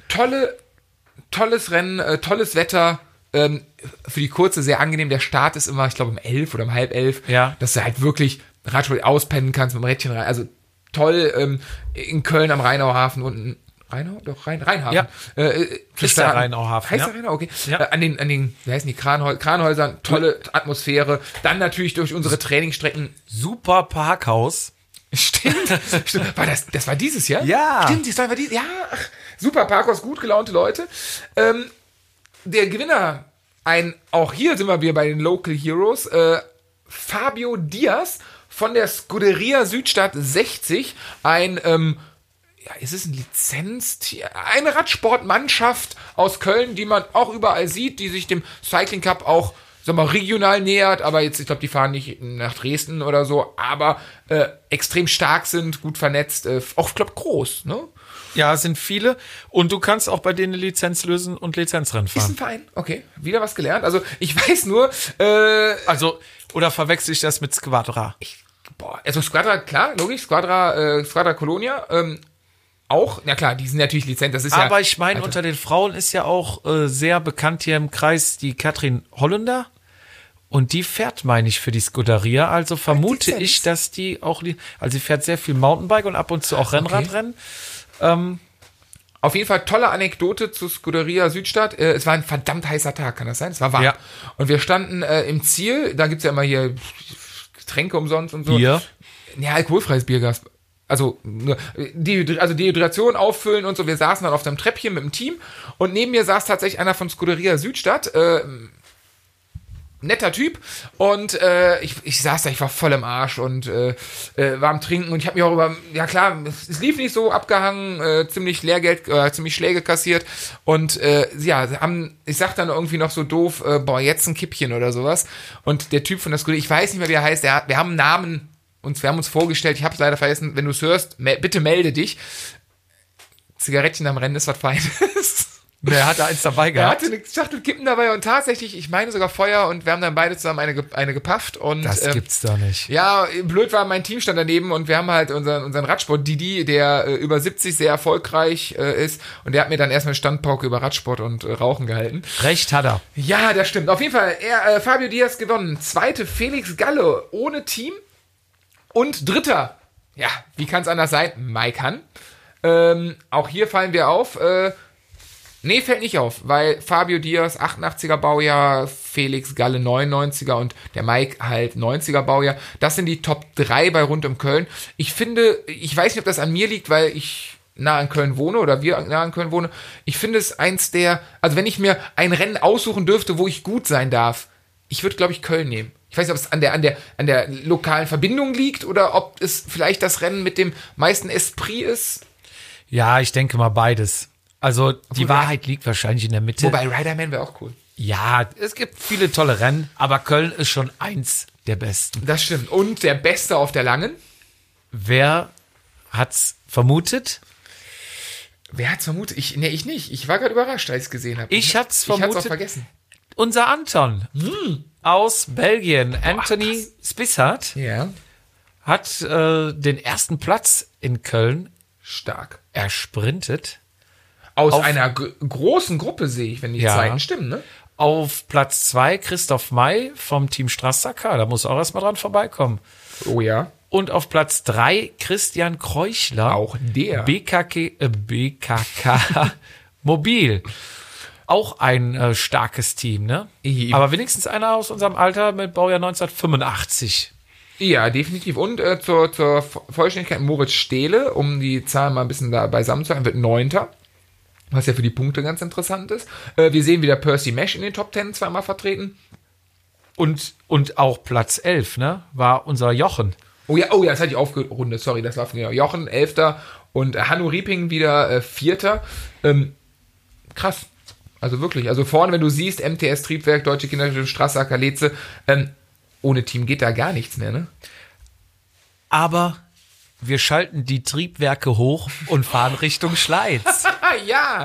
[SPEAKER 2] Tolles Rennen, tolles Wetter. Für die kurze sehr angenehm. Der Start ist immer, ich glaube, um 11 oder um halb 11.
[SPEAKER 1] Ja.
[SPEAKER 2] Dass du halt wirklich Radsport auspennen kannst mit dem Rädchen rein. Also toll in Köln am Rheinauhafen unten. Rheinhafen.
[SPEAKER 1] Ja.
[SPEAKER 2] Ist
[SPEAKER 1] der Rheinauhafen.
[SPEAKER 2] Heißt
[SPEAKER 1] ja.
[SPEAKER 2] der Rheinau? Okay.
[SPEAKER 1] Ja.
[SPEAKER 2] An den, wie heißen die, Kranhäusern, tolle Atmosphäre. Dann natürlich durch unsere Trainingsstrecken.
[SPEAKER 1] Super Parkhaus.
[SPEAKER 2] Stimmt. Das war dieses Jahr?
[SPEAKER 1] Ja.
[SPEAKER 2] Stimmt, das war dieses Jahr. Ja, super Parkhaus, gut gelaunte Leute. Der Gewinner, auch hier sind wir wieder bei den Local Heroes, Fabio Diaz von der Scuderia Südstadt 60, ist es ein Lizenztier? Eine Radsportmannschaft aus Köln, die man auch überall sieht, die sich dem Cycling Cup auch, regional nähert, aber jetzt, ich glaube, die fahren nicht nach Dresden oder so, aber extrem stark sind, gut vernetzt, auch, ich glaube, groß, ne?
[SPEAKER 1] Ja, sind viele. Und du kannst auch bei denen eine Lizenz lösen und Lizenzrennen fahren.
[SPEAKER 2] Ist ein Verein, okay. Wieder was gelernt. Also, ich weiß nur,
[SPEAKER 1] oder verwechsel ich das mit Squadra?
[SPEAKER 2] Also Squadra, klar, logisch, Squadra Colonia, auch, na klar, die sind natürlich Lizenz, das ist ja...
[SPEAKER 1] Aber ich meine, unter den Frauen ist ja auch sehr bekannt hier im Kreis die Katrin Holländer Und die fährt, meine ich, für die Scuderia. Also vermute ich, dass die auch, also sie fährt sehr viel Mountainbike und ab und zu auch Rennradrennen.
[SPEAKER 2] Auf jeden Fall tolle Anekdote zu Scuderia Südstadt. Es war ein verdammt heißer Tag, kann das sein? Es war warm.
[SPEAKER 1] Ja.
[SPEAKER 2] Und wir standen im Ziel, da gibt's ja immer hier Getränke umsonst und so.
[SPEAKER 1] Bier?
[SPEAKER 2] Ja, alkoholfreies Biergas. Also Dehydration auffüllen und so. Wir saßen dann auf dem Treppchen mit dem Team und neben mir saß tatsächlich einer von Scuderia Südstadt, netter Typ, und ich saß da, ich war voll im Arsch und war am Trinken, und ich habe mich auch ja klar, es lief nicht so, abgehangen, ziemlich Lehrgeld, ziemlich Schläge kassiert, und ich sag dann irgendwie noch so doof, jetzt ein Kippchen oder sowas, und der Typ von der Scuderia, ich weiß nicht mehr, wie er heißt, wir haben einen Namen, wir haben uns vorgestellt, ich habe es leider vergessen, wenn du es hörst, bitte melde dich. Zigarettchen am Rennen ist was Feines.
[SPEAKER 1] Wer hatte eins dabei
[SPEAKER 2] Er
[SPEAKER 1] gehabt?
[SPEAKER 2] hatte eine Schachtel Kippen dabei und tatsächlich, ich meine sogar Feuer, und wir haben dann beide zusammen eine gepafft. Und,
[SPEAKER 1] Das gibt's doch nicht.
[SPEAKER 2] Ja, blöd war, mein Team stand daneben, und wir haben halt unseren Radsport Didi, der über 70 sehr erfolgreich ist, und der hat mir dann erstmal eine Standpauke über Radsport und Rauchen gehalten.
[SPEAKER 1] Recht hat er.
[SPEAKER 2] Ja, das stimmt. Auf jeden Fall, Fabio Diaz gewonnen. Zweite Felix Galle ohne Team. Und dritter, ja, wie kann es anders sein? Mike Hann. Auch hier fallen wir auf. Nee, fällt nicht auf, weil Fabio Diaz 88er Baujahr, Felix Galle 99er und der Mike halt 90er Baujahr. Das sind die Top 3 bei Rund um Köln. Ich finde, ich weiß nicht, ob das an mir liegt, weil ich nah an Köln wohne oder wir nah an Köln wohnen. Ich finde es eins der, also wenn ich mir ein Rennen aussuchen dürfte, wo ich gut sein darf, ich würde, glaube ich, Köln nehmen. Ich weiß nicht, ob es an der lokalen Verbindung liegt oder ob es vielleicht das Rennen mit dem meisten Esprit ist.
[SPEAKER 1] Ja, ich denke mal beides. Also die Wahrheit liegt wahrscheinlich in der Mitte.
[SPEAKER 2] Wobei Riderman wäre auch cool.
[SPEAKER 1] Ja, es gibt viele tolle Rennen, aber Köln ist schon eins der besten.
[SPEAKER 2] Das stimmt. Und der Beste auf der Langen?
[SPEAKER 1] Wer hat's vermutet?
[SPEAKER 2] Wer hat's vermutet? Ich nicht. Ich war gerade überrascht, als ich es gesehen habe.
[SPEAKER 1] Ich hat's vermutet.
[SPEAKER 2] Ich hat's auch vergessen.
[SPEAKER 1] Unser Anton aus Belgien, Anthony Spissart,
[SPEAKER 2] Ja.
[SPEAKER 1] hat den ersten Platz in Köln
[SPEAKER 2] Stark.
[SPEAKER 1] ersprintet.
[SPEAKER 2] Aus einer großen Gruppe sehe ich, wenn die
[SPEAKER 1] Ja.
[SPEAKER 2] Zeiten stimmen, ne?
[SPEAKER 1] Auf Platz 2 Christoph May vom Team Strassacker, da muss auch erstmal dran vorbeikommen.
[SPEAKER 2] Oh ja.
[SPEAKER 1] Und auf Platz 3 Christian Kreuchler.
[SPEAKER 2] Auch der.
[SPEAKER 1] BKK Mobil. Auch ein starkes Team, ne?
[SPEAKER 2] Ja.
[SPEAKER 1] Aber wenigstens einer aus unserem Alter mit Baujahr 1985.
[SPEAKER 2] Ja, definitiv. Und zur Vollständigkeit Moritz Stehle, um die Zahlen mal ein bisschen da beisammen zu halten, wird 9. Was ja für die Punkte ganz interessant ist. Wir sehen wieder Percy Mesh in den Top 10 zweimal vertreten.
[SPEAKER 1] Und auch Platz 11, ne? War unser Jochen.
[SPEAKER 2] Oh ja, das hatte ich aufgerundet. Sorry, das war von genau. Jochen, 11. Und Hanno Rieping wieder 4. Krass. Also wirklich. Also vorne, wenn du siehst, MTS Triebwerk, Deutsche Kinderschule, Strassacker, Leze, ohne Team geht da gar nichts mehr, ne?
[SPEAKER 1] Aber wir schalten die Triebwerke hoch und fahren Richtung Schleiz.
[SPEAKER 2] Ja,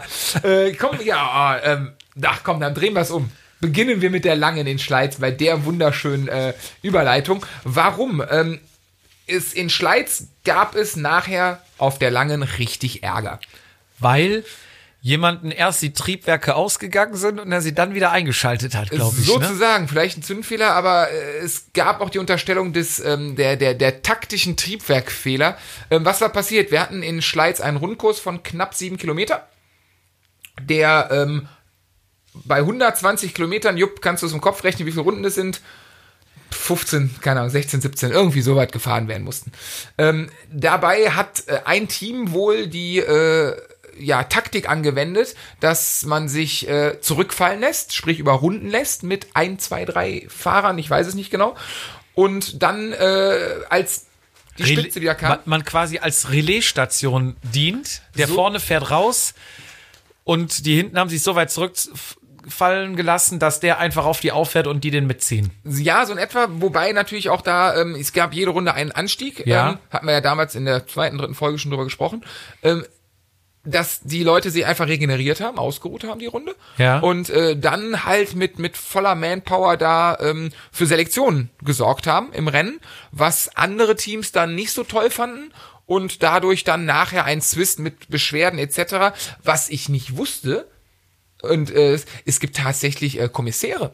[SPEAKER 2] komm, dann drehen wir es um. Beginnen wir mit der Langen in Schleiz, bei der wunderschönen Überleitung. Warum? In Schleiz gab es nachher auf der Langen richtig Ärger.
[SPEAKER 1] Weil jemanden erst die Triebwerke ausgegangen sind und er sie dann wieder eingeschaltet hat, glaube ich.
[SPEAKER 2] Sozusagen, vielleicht ein Zündfehler, aber es gab auch die Unterstellung der taktischen Triebwerkfehler. Was war passiert? Wir hatten in Schleiz einen Rundkurs von knapp 7 Kilometer, der bei 120 Kilometern, Jupp, kannst du es im Kopf rechnen, wie viele Runden es sind? 15, keine Ahnung, 16, 17, irgendwie so weit gefahren werden mussten. Dabei hat ein Team wohl die Taktik angewendet, dass man sich zurückfallen lässt, sprich überrunden lässt mit 1, 2, 3 Fahrern, ich weiß es nicht genau. Und dann als die Spitze wieder kam.
[SPEAKER 1] Man quasi als Relaisstation dient. Der vorne fährt raus und die hinten haben sich so weit zurückfallen gelassen, dass der einfach auf die auffährt und die den mitziehen.
[SPEAKER 2] Ja, so in etwa, wobei natürlich auch da, es gab jede Runde einen Anstieg.
[SPEAKER 1] Ja.
[SPEAKER 2] Hatten wir ja damals in der 2., 3. Folge schon drüber gesprochen. Dass die Leute sich einfach regeneriert haben, ausgeruht haben, die Runde.
[SPEAKER 1] Ja.
[SPEAKER 2] Und dann halt mit voller Manpower da für Selektionen gesorgt haben im Rennen, was andere Teams dann nicht so toll fanden und dadurch dann nachher ein Zwist mit Beschwerden etc., was ich nicht wusste. Und es gibt tatsächlich Kommissäre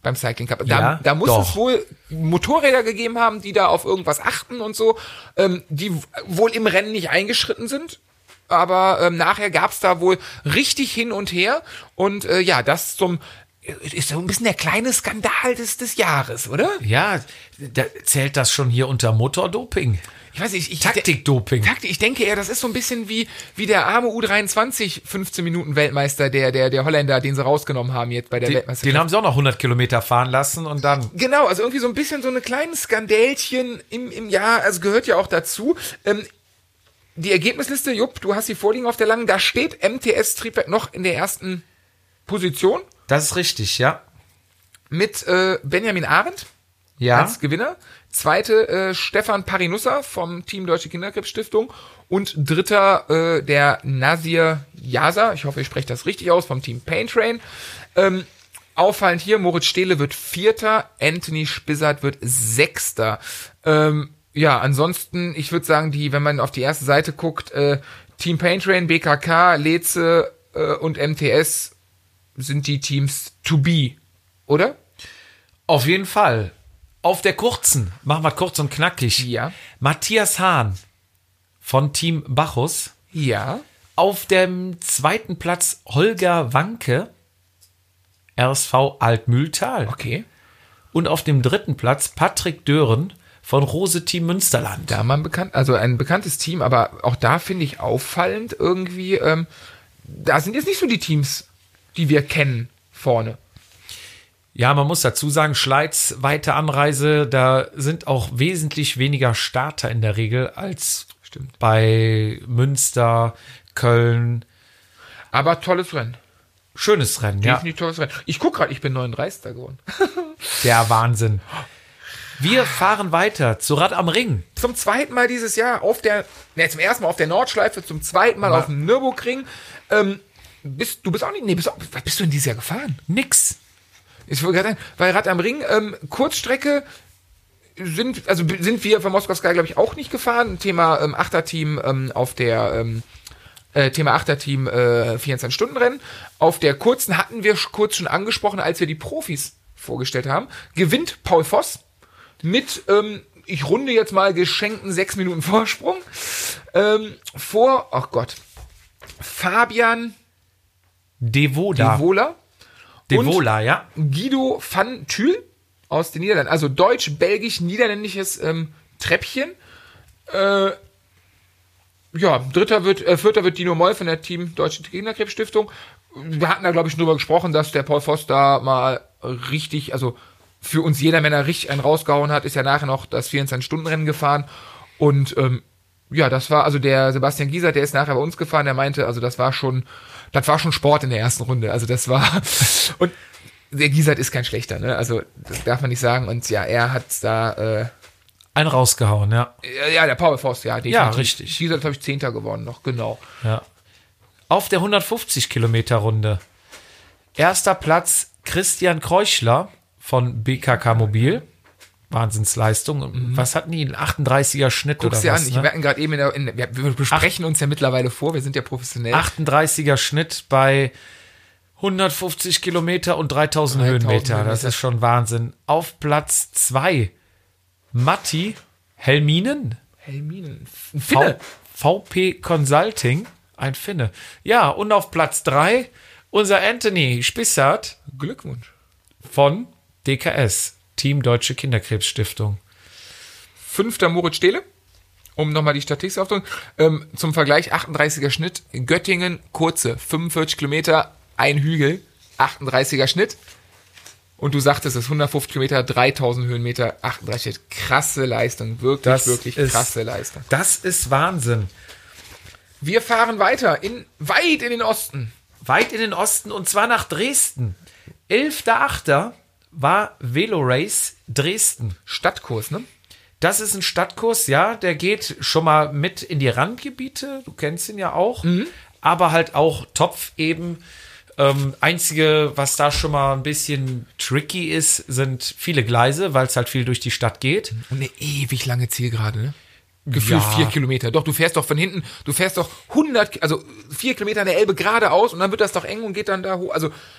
[SPEAKER 2] beim Cycling Cup.
[SPEAKER 1] Ja,
[SPEAKER 2] Da muss
[SPEAKER 1] doch.
[SPEAKER 2] es wohl Motorräder gegeben haben, die da auf irgendwas achten und so, die wohl im Rennen nicht eingeschritten sind. Aber nachher gab's da wohl richtig hin und her. Und das ist so ein bisschen der kleine Skandal des Jahres, oder?
[SPEAKER 1] Ja, da zählt das schon hier unter Motordoping.
[SPEAKER 2] Ich weiß nicht,
[SPEAKER 1] Taktikdoping.
[SPEAKER 2] Ich denke eher, das ist so ein bisschen wie der arme U23 15 Minuten Weltmeister, der Holländer, den sie rausgenommen haben jetzt bei der Weltmeisterschaft.
[SPEAKER 1] Den haben sie auch noch 100 Kilometer fahren lassen und dann...
[SPEAKER 2] Genau, also irgendwie so ein bisschen so eine kleine Skandälchen im Jahr, also gehört ja auch dazu. Die Ergebnisliste, Jupp, du hast sie vorliegen auf der langen, da steht MTS-Triebwerk noch in der ersten Position.
[SPEAKER 1] Das ist richtig, ja.
[SPEAKER 2] Mit Benjamin Arendt als Gewinner. Zweite Stefan Parinussa vom Team Deutsche Kinderkrebsstiftung. Und dritter der Nasir Yasa, ich hoffe, ich spreche das richtig aus, vom Team Pain Train. Auffallend hier, Moritz Stehle wird Vierter, Anthony Spissart wird Sechster. Ansonsten, ich würde sagen, wenn man auf die erste Seite guckt, Team Pain Train, BKK, Leze und MTS sind die Teams to be, oder?
[SPEAKER 1] Auf jeden Fall. Auf der kurzen, machen wir kurz und knackig.
[SPEAKER 2] Ja.
[SPEAKER 1] Matthias Hahn von Team Bacchus.
[SPEAKER 2] Ja.
[SPEAKER 1] Auf dem zweiten Platz Holger Wanke, RSV Altmühltal.
[SPEAKER 2] Okay.
[SPEAKER 1] Und auf dem dritten Platz Patrick Dören von Rose Team Münsterland.
[SPEAKER 2] Da mal ein bekanntes Team, aber auch da finde ich auffallend irgendwie, da sind jetzt nicht so die Teams, die wir kennen vorne.
[SPEAKER 1] Ja, man muss dazu sagen, Schleiz, weite Anreise, da sind auch wesentlich weniger Starter in der Regel als bei Münster, Köln.
[SPEAKER 2] Aber tolles Rennen.
[SPEAKER 1] Schönes Rennen,
[SPEAKER 2] Definitiv tolles Rennen. Ich gucke gerade, ich bin 39. geworden.
[SPEAKER 1] Der Wahnsinn. Wir fahren weiter zu Rad am Ring.
[SPEAKER 2] Zum zweiten Mal dieses Jahr zum ersten Mal auf der Nordschleife, zum zweiten Mal auf dem Nürburgring. Was bist du denn dieses Jahr gefahren?
[SPEAKER 1] Nix.
[SPEAKER 2] Ich wollte gerade sagen, bei Rad am Ring, Kurzstrecke sind wir von Moskau Sky, glaube ich, auch nicht gefahren. Thema Achterteam Thema Achterteam 24-Stunden-Rennen. Auf der kurzen hatten wir kurz schon angesprochen, als wir die Profis vorgestellt haben. Gewinnt Paul Voss mit, ich runde jetzt mal, geschenkten 6 Minuten Vorsprung. Fabian Devola.
[SPEAKER 1] Devola, ja.
[SPEAKER 2] Guido van Thül aus den Niederlanden. Also deutsch-belgisch-niederländisches Treppchen. Vierter wird Dino Moll von der Team Deutsche Kinderkrebsstiftung. Wir hatten da, glaube ich, drüber gesprochen, dass der Paul Voss da mal richtig, also für uns jeder Männer richtig einen rausgehauen hat, ist ja nachher noch das 24-Stunden-Rennen gefahren. Und das war, also der Sebastian Gieser, der ist nachher bei uns gefahren, der meinte, also das war schon Sport in der ersten Runde. Also das war, und der Giesert ist kein schlechter, ne? Also das darf man nicht sagen. Und ja, er hat da
[SPEAKER 1] einen rausgehauen, ja.
[SPEAKER 2] Ja, der Paul Voss, ja, definitiv.
[SPEAKER 1] Ja, richtig.
[SPEAKER 2] Giesert ist, glaube ich, 10. geworden noch, genau.
[SPEAKER 1] Ja. Auf der 150-Kilometer-Runde. Erster Platz Christian Kreuchler von BKK Mobil. Wahnsinnsleistung. Was hatten die? Ein 38er Schnitt
[SPEAKER 2] Guck's
[SPEAKER 1] oder
[SPEAKER 2] dir
[SPEAKER 1] was?
[SPEAKER 2] an, wir hatten gerade eben wir besprechen uns ja mittlerweile vor, wir sind ja professionell.
[SPEAKER 1] 38er Schnitt bei 150 Kilometer und 3000 Höhenmeter. Das ist schon Wahnsinn. Auf Platz 2 Matti Helminen.
[SPEAKER 2] Ein Finne.
[SPEAKER 1] VP Consulting. Ein Finne. Ja, und auf Platz 3 unser Anthony Spissart.
[SPEAKER 2] Glückwunsch.
[SPEAKER 1] Von DKS. Team Deutsche Kinderkrebsstiftung.
[SPEAKER 2] 5. Moritz Stehle, um nochmal die Statistik aufzunehmen. Zum Vergleich, 38er Schnitt. Göttingen, kurze, 45 Kilometer, ein Hügel, 38er Schnitt. Und du sagtest es, 150 Kilometer, 3000 Höhenmeter, 38 Schnitt. Krasse Leistung, wirklich krasse Leistung.
[SPEAKER 1] Das ist Wahnsinn.
[SPEAKER 2] Wir fahren weiter, weit in den Osten.
[SPEAKER 1] Weit in den Osten, und zwar nach Dresden. 11.8. war Velorace Dresden.
[SPEAKER 2] Stadtkurs, ne?
[SPEAKER 1] Das ist ein Stadtkurs, ja, der geht schon mal mit in die Randgebiete, du kennst ihn ja auch, aber halt auch Topf eben. Einzige, was da schon mal ein bisschen tricky ist, sind viele Gleise, weil es halt viel durch die Stadt geht.
[SPEAKER 2] Und eine ewig lange Zielgerade, ne? Gefühlt 4 Kilometer. Doch, du fährst doch von hinten, 4 Kilometer an der Elbe geradeaus und dann wird das doch eng und geht dann da hoch. Also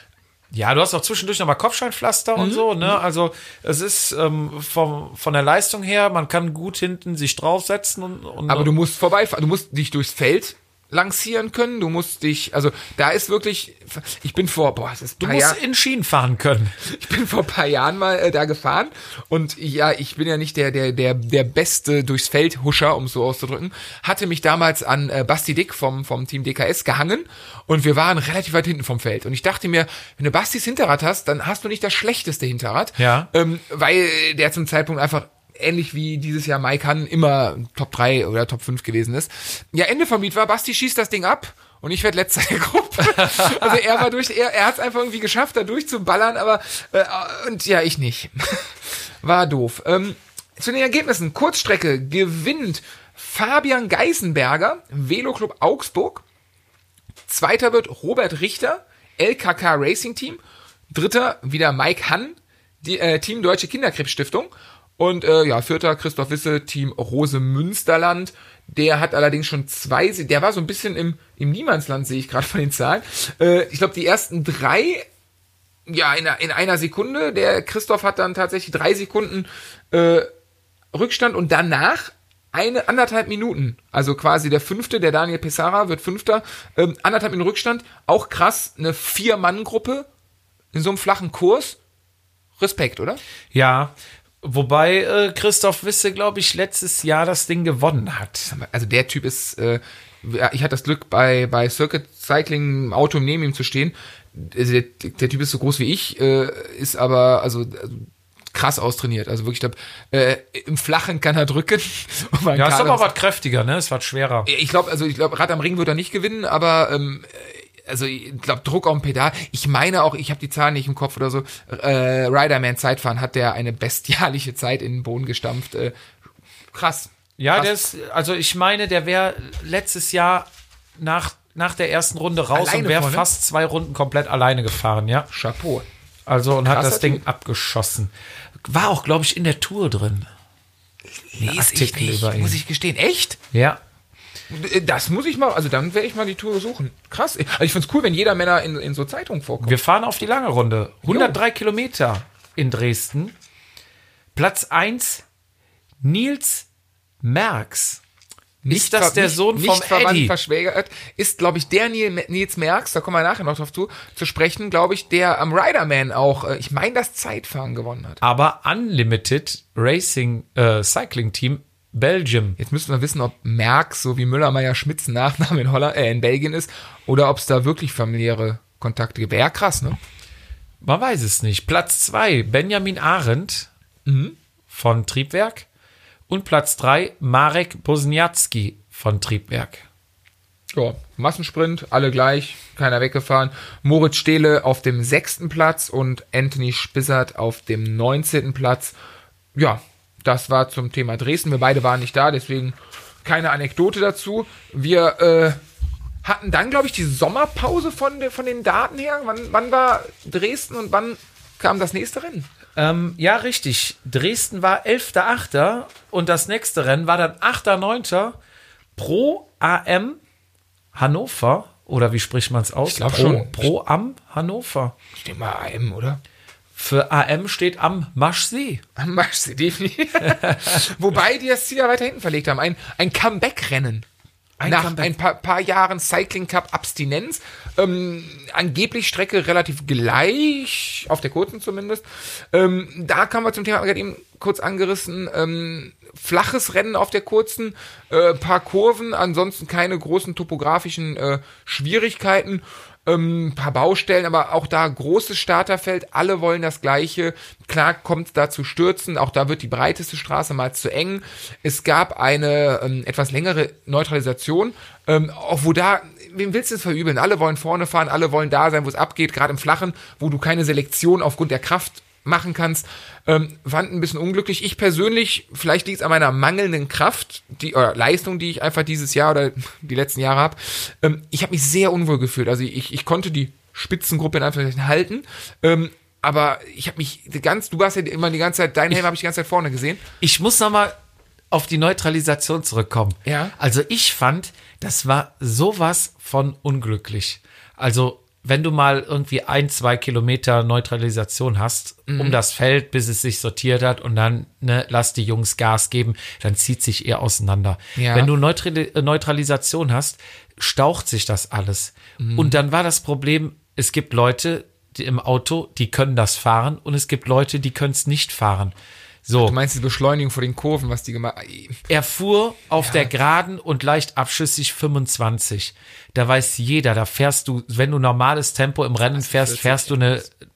[SPEAKER 1] Ja, du hast auch zwischendurch nochmal Kopfsteinpflaster und so, ne? Also es ist von der Leistung her, man kann gut hinten sich draufsetzen und
[SPEAKER 2] Aber du musst vorbeifahren, du musst dich durchs Feld lancieren können, du musst dich, also da ist wirklich, ich bin vor
[SPEAKER 1] in Schienen fahren können.
[SPEAKER 2] Ich bin vor ein paar Jahren mal da gefahren und ja, ich bin ja nicht der beste durchs Feld Huscher, um es so auszudrücken, hatte mich damals an Basti Dick vom Team DKS gehangen und wir waren relativ weit hinten vom Feld und ich dachte mir, wenn du Bastis Hinterrad hast, dann hast du nicht das schlechteste Hinterrad, weil der zum Zeitpunkt einfach ähnlich wie dieses Jahr Mike Hann immer Top 3 oder Top 5 gewesen ist. Ja, Ende vom Lied war, Basti schießt das Ding ab und ich werde letzter der Gruppe. Also er hat es einfach irgendwie geschafft, da durchzuballern, aber und ja, ich nicht. War doof. Zu den Ergebnissen. Kurzstrecke gewinnt Fabian Geisenberger, Veloclub Augsburg. Zweiter wird Robert Richter, LKK Racing Team. Dritter wieder Mike Hann, Team Deutsche Kinderkrebsstiftung. Und vierter Christoph Wisse, Team Rose Münsterland. Der hat allerdings schon der war so ein bisschen im Niemandsland, sehe ich gerade von den Zahlen. Ich glaube, die ersten 3, ja, in einer Sekunde. Der Christoph hat dann tatsächlich 3 Sekunden Rückstand und danach 1,5 Minuten. Also quasi der 5., der Daniel Pesara wird 5. 1,5 Minuten Rückstand. Auch krass, eine 4-Mann-Gruppe in so einem flachen Kurs. Respekt, oder?
[SPEAKER 1] Ja, wobei Christoph Wisse, glaube ich, letztes Jahr das Ding gewonnen hat.
[SPEAKER 2] Also der Typ ist, ich hatte das Glück, bei Circuit Cycling im Auto neben ihm zu stehen. Also der Typ ist so groß wie ich, ist aber also krass austrainiert. Also wirklich, im Flachen kann er drücken.
[SPEAKER 1] Ja, ist aber was kräftiger, ne? Es war schwerer.
[SPEAKER 2] Ich glaube, Rad am Ring wird er nicht gewinnen, aber also ich glaube, Druck auf dem Pedal. Ich meine auch, ich habe die Zahlen nicht im Kopf oder so, Riderman Zeitfahren hat der eine bestialische Zeit in den Boden gestampft. Krass.
[SPEAKER 1] Ja,
[SPEAKER 2] krass.
[SPEAKER 1] ich meine, der wäre letztes Jahr nach der ersten Runde raus alleine und wäre fast 2 Runden komplett alleine gefahren, ja.
[SPEAKER 2] Chapeau.
[SPEAKER 1] Also und hat das Ding abgeschossen. War auch, glaube ich, in der Tour drin.
[SPEAKER 2] Lese ich nicht, muss ich gestehen. Echt?
[SPEAKER 1] Ja.
[SPEAKER 2] Das muss ich mal, also dann werde ich mal die Tour suchen. Krass. Also ich find's cool, wenn jeder Männer in so Zeitungen vorkommt.
[SPEAKER 1] Wir fahren auf die lange Runde. 103 Kilometer in Dresden. Platz 1, Nils Merckx. Ist das der Sohn vom Eddie?
[SPEAKER 2] Verschwägert, ist, glaube ich, der Nils Merckx, da kommen wir nachher noch drauf zu sprechen, glaube ich, der am Riderman auch, ich meine, das Zeitfahren gewonnen hat.
[SPEAKER 1] Aber Unlimited Racing Cycling Team Belgium.
[SPEAKER 2] Jetzt müssen wir wissen, ob Merckx, so wie Müller-Meyer-Schmidts Nachname in Belgien ist, oder ob es da wirklich familiäre Kontakte gibt. Wäre ja krass, ne?
[SPEAKER 1] Man weiß es nicht. Platz 2, Benjamin Arendt von Triebwerk. Und Platz 3, Marek Bosniacki von Triebwerk.
[SPEAKER 2] Ja, Massensprint, alle gleich, keiner weggefahren. Moritz Stehle auf dem 6. Platz und Anthony Spissert auf dem 19. Platz. Ja, das war zum Thema Dresden. Wir beide waren nicht da, deswegen keine Anekdote dazu. Wir hatten dann, glaube ich, die Sommerpause von den Daten her. Wann war Dresden und wann kam das nächste Rennen?
[SPEAKER 1] Ja, richtig. Dresden war 11.8. und das nächste Rennen war dann 8.9. Pro AM Hannover. Oder wie spricht man es aus?
[SPEAKER 2] Ich glaube schon.
[SPEAKER 1] Pro Am Hannover.
[SPEAKER 2] Steht mal AM, oder?
[SPEAKER 1] Für AM steht am Maschsee.
[SPEAKER 2] Am Maschsee, definitiv. Wobei die das Ziel ja weiter hinten verlegt haben. Ein Comeback-Rennen. Nach ein paar Jahren Cycling Cup Abstinenz. Angeblich Strecke relativ gleich, auf der kurzen zumindest. Da kamen wir zum Thema, gerade eben kurz angerissen, flaches Rennen auf der kurzen, paar Kurven, ansonsten keine großen topografischen Schwierigkeiten. Paar Baustellen, aber auch da großes Starterfeld, alle wollen das Gleiche. Klar kommt es da zu Stürzen, auch da wird die breiteste Straße mal zu eng. Es gab eine etwas längere Neutralisation, auch wo da, wem willst du es verübeln? Alle wollen vorne fahren, alle wollen da sein, wo es abgeht, gerade im Flachen, wo du keine Selektion aufgrund der Kraft machen kannst, fand ein bisschen unglücklich. Ich persönlich, vielleicht liegt es an meiner mangelnden Kraft, Leistung, die ich einfach dieses Jahr oder die letzten Jahre habe. Ich habe mich sehr unwohl gefühlt. Also ich konnte die Spitzengruppe in Anführungszeichen halten, aber ich habe mich du warst ja immer die ganze Zeit, dein Helm habe ich die ganze Zeit vorne gesehen.
[SPEAKER 1] Ich muss nochmal auf die Neutralisation zurückkommen.
[SPEAKER 2] Ja.
[SPEAKER 1] Also ich fand, das war sowas von unglücklich. Also wenn du mal irgendwie 1-2 Kilometer Neutralisation hast, um das Feld, bis es sich sortiert hat und dann lass die Jungs Gas geben, dann zieht sich eher auseinander.
[SPEAKER 2] Ja.
[SPEAKER 1] Wenn du Neutralisation hast, staucht sich das alles. Und dann war das Problem, es gibt Leute die im Auto, die können das fahren und es gibt Leute, die können es nicht fahren. So.
[SPEAKER 2] Du meinst die Beschleunigung vor den Kurven, was die gemacht haben?
[SPEAKER 1] Er fuhr auf der Geraden und leicht abschüssig 25. Da weiß jeder, da fährst du, wenn du normales Tempo im Rennen fährst,
[SPEAKER 2] 40,
[SPEAKER 1] fährst du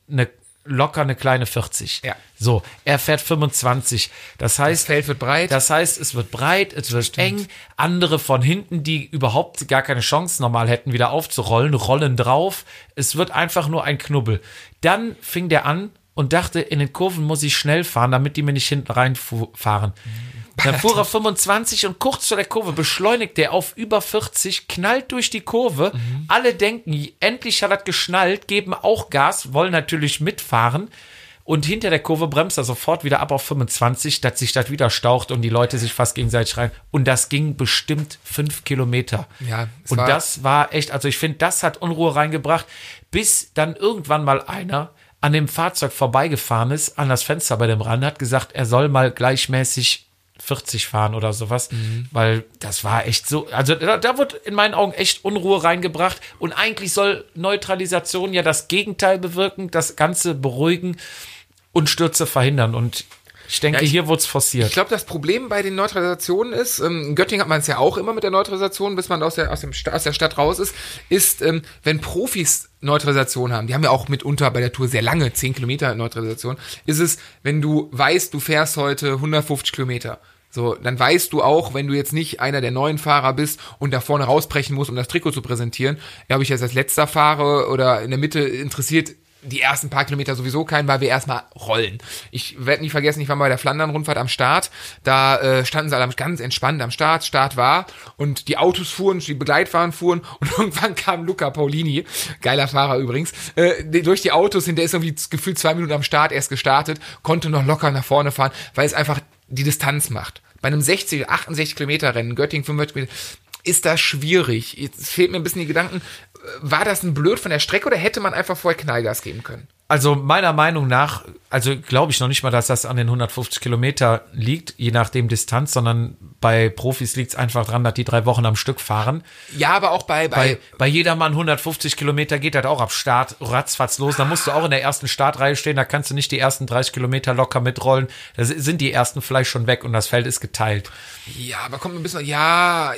[SPEAKER 1] locker eine kleine 40.
[SPEAKER 2] Ja.
[SPEAKER 1] So, er fährt 25. Das heißt,
[SPEAKER 2] Das Feld wird breit.
[SPEAKER 1] Das heißt, es wird breit, es wird eng. Andere von hinten, die überhaupt gar keine Chance normal hätten, wieder aufzurollen, rollen drauf. Es wird einfach nur ein Knubbel. Dann fing der an und dachte, in den Kurven muss ich schnell fahren, damit die mir nicht hinten reinfahren. Dann fuhr er 25 und kurz vor der Kurve beschleunigt er auf über 40, knallt durch die Kurve. Alle denken, endlich hat er geschnallt, geben auch Gas, wollen natürlich mitfahren. Und hinter der Kurve bremst er sofort wieder ab auf 25, dass sich das wieder staucht und die Leute sich fast gegenseitig schreien. Und das ging bestimmt 5 Kilometer.
[SPEAKER 2] Ja,
[SPEAKER 1] und das war echt, also ich finde, das hat Unruhe reingebracht, bis dann irgendwann mal einer an dem Fahrzeug vorbeigefahren ist, an das Fenster bei dem Rand, hat gesagt, er soll mal gleichmäßig 40 fahren oder sowas, weil das war echt so, also da wird in meinen Augen echt Unruhe reingebracht und eigentlich soll Neutralisation ja das Gegenteil bewirken, das Ganze beruhigen und Stürze verhindern und ich denke, hier wurde es forciert.
[SPEAKER 2] Ich glaube, das Problem bei den Neutralisationen ist, in Göttingen hat man es ja auch immer mit der Neutralisation, bis man aus der Stadt raus ist, wenn Profis Neutralisation haben, die haben ja auch mitunter bei der Tour sehr lange, 10 Kilometer Neutralisation, ist es, wenn du weißt, du fährst heute 150 Kilometer. So, dann weißt du auch, wenn du jetzt nicht einer der neuen Fahrer bist und da vorne rausbrechen musst, um das Trikot zu präsentieren, ob ich jetzt als letzter fahre oder in der Mitte interessiert die ersten paar Kilometer sowieso keinen, weil wir erstmal rollen. Ich werde nie vergessen, ich war mal bei der Flandern-Rundfahrt am Start, da standen sie alle ganz entspannt am Start war und die Autos fuhren, die Begleitfahren fuhren und irgendwann kam Luca Paulini, geiler Fahrer übrigens, durch die Autos hin, der ist irgendwie gefühlt 2 Minuten am Start erst gestartet, konnte noch locker nach vorne fahren, weil es einfach die Distanz macht. Bei einem 60, 68 Kilometer Rennen, Göttingen 45 Kilometer, ist das schwierig. Jetzt fehlt mir ein bisschen die Gedanken, war das ein Blöd von der Strecke oder hätte man einfach vorher Knallgas geben können?
[SPEAKER 1] Also meiner Meinung nach, also glaube ich noch nicht mal, dass das an den 150 Kilometer liegt, je nachdem Distanz, sondern bei Profis liegt es einfach dran, dass die 3 Wochen am Stück fahren.
[SPEAKER 2] Ja, aber auch bei
[SPEAKER 1] jedermann 150 Kilometer geht das auch ab Start ratzfatz los. Da musst du auch in der ersten Startreihe stehen, da kannst du nicht die ersten 30 Kilometer locker mitrollen. Da sind die ersten vielleicht schon weg und das Feld ist geteilt.
[SPEAKER 2] Ja, aber kommt ein bisschen, ja,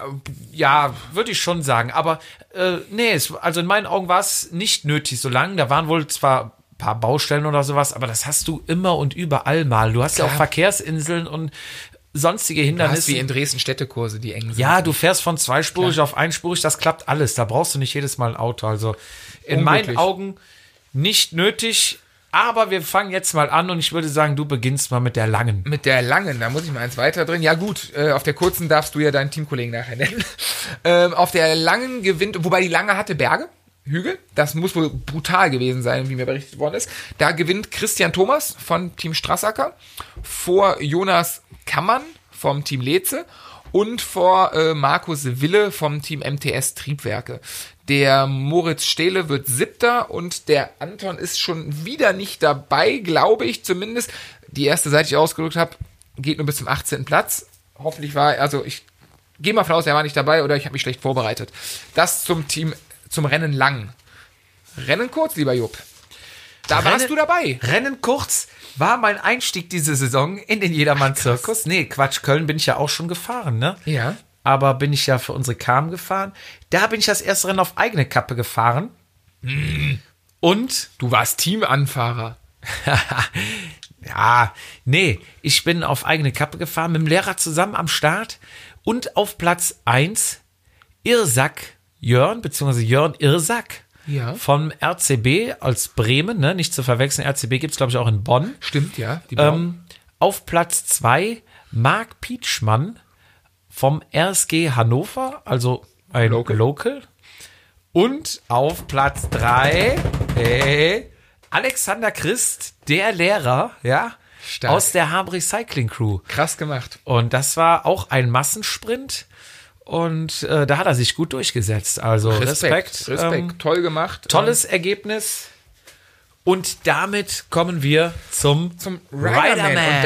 [SPEAKER 1] würde ich schon sagen. Aber nee, also in meinen Augen war es nicht nötig so lang. Da waren wohl zwar ein paar Baustellen oder sowas, aber das hast du immer und überall mal. Du hast ja auch Verkehrsinseln und sonstige Hindernisse.
[SPEAKER 2] Wie in Dresden Städtekurse, die eng sind.
[SPEAKER 1] Ja, du fährst von zweispurig auf einspurig, das klappt alles. Da brauchst du nicht jedes Mal ein Auto. Also in meinen Augen nicht nötig. Aber wir fangen jetzt mal an und ich würde sagen, du beginnst mal mit der langen.
[SPEAKER 2] Mit der langen, da muss ich mal eins weiter drin. Ja gut, auf der kurzen darfst du ja deinen Teamkollegen nachher nennen. Auf der langen gewinnt, wobei die lange hatte Berge, Hügel. Das muss wohl brutal gewesen sein, wie mir berichtet worden ist. Da gewinnt Christian Thomas von Team Strassacker vor Jonas Kammann vom Team Leze und vor Markus Wille vom Team MTS Triebwerke. Der Moritz Stehle wird 7. und der Anton ist schon wieder nicht dabei, glaube ich zumindest. Die erste Seite, die ich ausgedrückt habe, geht nur bis zum 18. Platz. Hoffentlich ich gehe mal von aus, er war nicht dabei oder ich habe mich schlecht vorbereitet. Das zum Rennen lang. Rennen kurz, lieber Jupp. Warst du dabei.
[SPEAKER 1] Rennen kurz war mein Einstieg diese Saison in den Jedermann-Zirkus. Nee, Quatsch, Köln bin ich ja auch schon gefahren, ne?
[SPEAKER 2] Ja.
[SPEAKER 1] Aber bin ich ja für unsere Kam gefahren. Da bin ich das erste Rennen auf eigene Kappe gefahren. Und
[SPEAKER 2] du warst Teamanfahrer.
[SPEAKER 1] Ja, nee, ich bin auf eigene Kappe gefahren, mit dem Lehrer zusammen am Start und auf Platz 1 Irsak Jörn, beziehungsweise Jörn Irsak vom RCB aus Bremen, ne, nicht zu verwechseln, RCB gibt's glaube ich auch in Bonn.
[SPEAKER 2] Stimmt, ja.
[SPEAKER 1] Auf Platz 2 Marc Pietschmann vom RSG Hannover, also ein Local. Und auf Platz 3 Alexander Christ, der Lehrer, ja, aus der Ham Recycling Crew.
[SPEAKER 2] Krass gemacht.
[SPEAKER 1] Und das war auch ein Massensprint. und da hat er sich gut durchgesetzt. Also Respekt.
[SPEAKER 2] Toll gemacht.
[SPEAKER 1] Tolles Ergebnis. Und damit kommen wir zum
[SPEAKER 2] Riderman. Und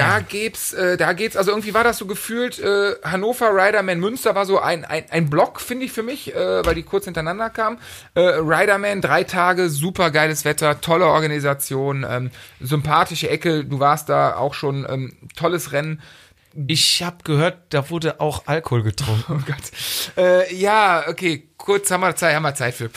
[SPEAKER 2] da geht's, also irgendwie war das so gefühlt, Hannover, Riderman, Münster war so ein Block, finde ich für mich, weil die kurz hintereinander kamen. Riderman, 3 Tage, super geiles Wetter, tolle Organisation, sympathische Ecke, du warst da auch schon, tolles Rennen.
[SPEAKER 1] Ich habe gehört, da wurde auch Alkohol getrunken.
[SPEAKER 2] Oh Gott. Ja, okay, kurz haben wir Zeit für.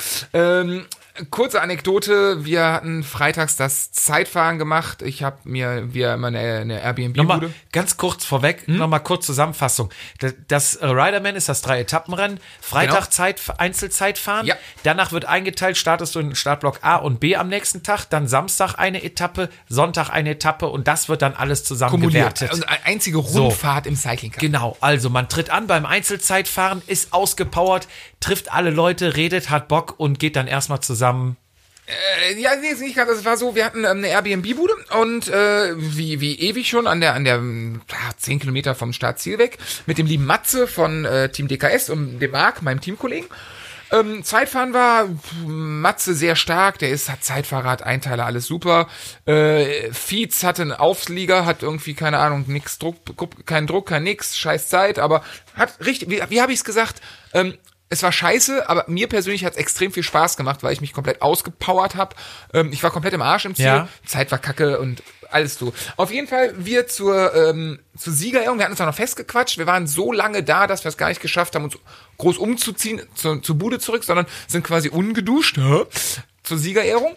[SPEAKER 2] Kurze Anekdote, wir hatten freitags das Zeitfahren gemacht. Ich habe mir immer eine Airbnb-Bude.
[SPEAKER 1] Nochmal ganz kurz vorweg, nochmal kurz Zusammenfassung. Das Riderman ist das 3-Etappenrennen. Freitag Einzelzeitfahren. Ja. Danach wird eingeteilt, startest du in Startblock A und B am nächsten Tag. Dann Samstag eine Etappe, Sonntag eine Etappe und das wird dann alles zusammen gewertet.
[SPEAKER 2] Also eine einzige Rundfahrt im Cycling Cup.
[SPEAKER 1] Genau, also man tritt an beim Einzelzeitfahren, ist ausgepowert, trifft alle Leute, redet, hat Bock und geht dann erstmal zusammen.
[SPEAKER 2] Ja, nee, ist nicht ganz. Das war so, wir hatten eine Airbnb-Bude und wie ewig schon an der 10 Kilometer vom Startziel weg mit dem lieben Matze von Team DKS und dem Marc, meinem Teamkollegen. Zeitfahren war Matze sehr stark, hat Zeitfahrrad, Einteiler, alles super. Fietz hatte einen Auflieger, hat irgendwie, keine Ahnung, keinen Druck, kein nix, scheiß Zeit, aber hat richtig, wie habe ich es gesagt, es war scheiße, aber mir persönlich hat es extrem viel Spaß gemacht, weil ich mich komplett ausgepowert habe. Ich war komplett im Arsch im Ziel. Ja. Zeit war kacke und alles so. Auf jeden Fall, wir zur Siegerehrung, wir hatten uns auch noch festgequatscht. Wir waren so lange da, dass wir es gar nicht geschafft haben, uns groß umzuziehen, zur Bude zurück, sondern sind quasi ungeduscht zur Siegerehrung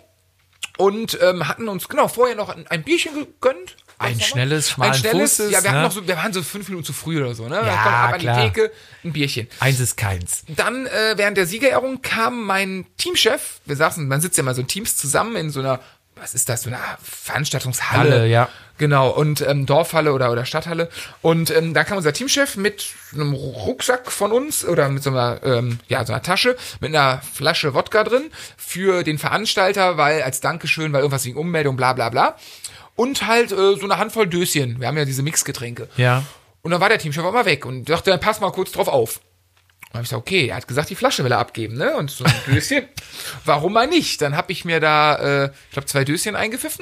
[SPEAKER 2] und hatten uns vorher noch ein Bierchen gegönnt.
[SPEAKER 1] Ein schnelles, Fußes.
[SPEAKER 2] Ja, wir waren so 5 Minuten zu früh oder so, ne?
[SPEAKER 1] Ja,
[SPEAKER 2] wir kommen ab an
[SPEAKER 1] klar.
[SPEAKER 2] die Theke, ein Bierchen.
[SPEAKER 1] Eins ist keins.
[SPEAKER 2] Dann, während der Siegerehrung kam mein Teamchef, man sitzt ja mal so in Teams zusammen in so einer, was ist das, so einer Veranstaltungshalle.
[SPEAKER 1] Halle, ja.
[SPEAKER 2] Genau, und Dorfhalle oder Stadthalle. Und da kam unser Teamchef mit einem Rucksack von uns oder mit so einer, so einer Tasche mit einer Flasche Wodka drin für den Veranstalter, weil als Dankeschön, weil irgendwas wegen Ummeldung, bla bla bla. Und halt so eine Handvoll Döschen. Wir haben ja diese Mixgetränke.
[SPEAKER 1] Ja.
[SPEAKER 2] Und dann war der Teamchef auch mal weg und dachte, dann pass mal kurz drauf auf. Und dann hab ich gesagt, okay, er hat gesagt, die Flasche will er abgeben, ne? Und so ein Döschen, warum mal nicht? Dann habe ich mir da, ich glaube, 2 Döschen eingepfiffen.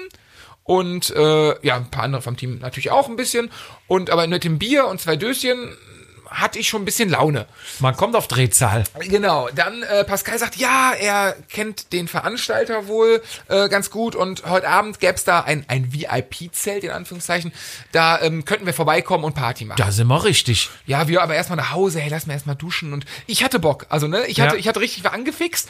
[SPEAKER 2] Und ein paar andere vom Team natürlich auch ein bisschen. Aber mit dem Bier und 2 Döschen hatte ich schon ein bisschen Laune.
[SPEAKER 1] Man kommt auf Drehzahl.
[SPEAKER 2] Genau, dann Pascal sagt, ja, er kennt den Veranstalter wohl ganz gut und heute Abend gäbe es da ein VIP-Zelt, in Anführungszeichen, da könnten wir vorbeikommen und Party machen.
[SPEAKER 1] Da sind wir richtig.
[SPEAKER 2] Ja, wir aber erstmal nach Hause, hey, lass mir erstmal duschen und ich hatte Bock, also ne, ich hatte richtig, war angefixt,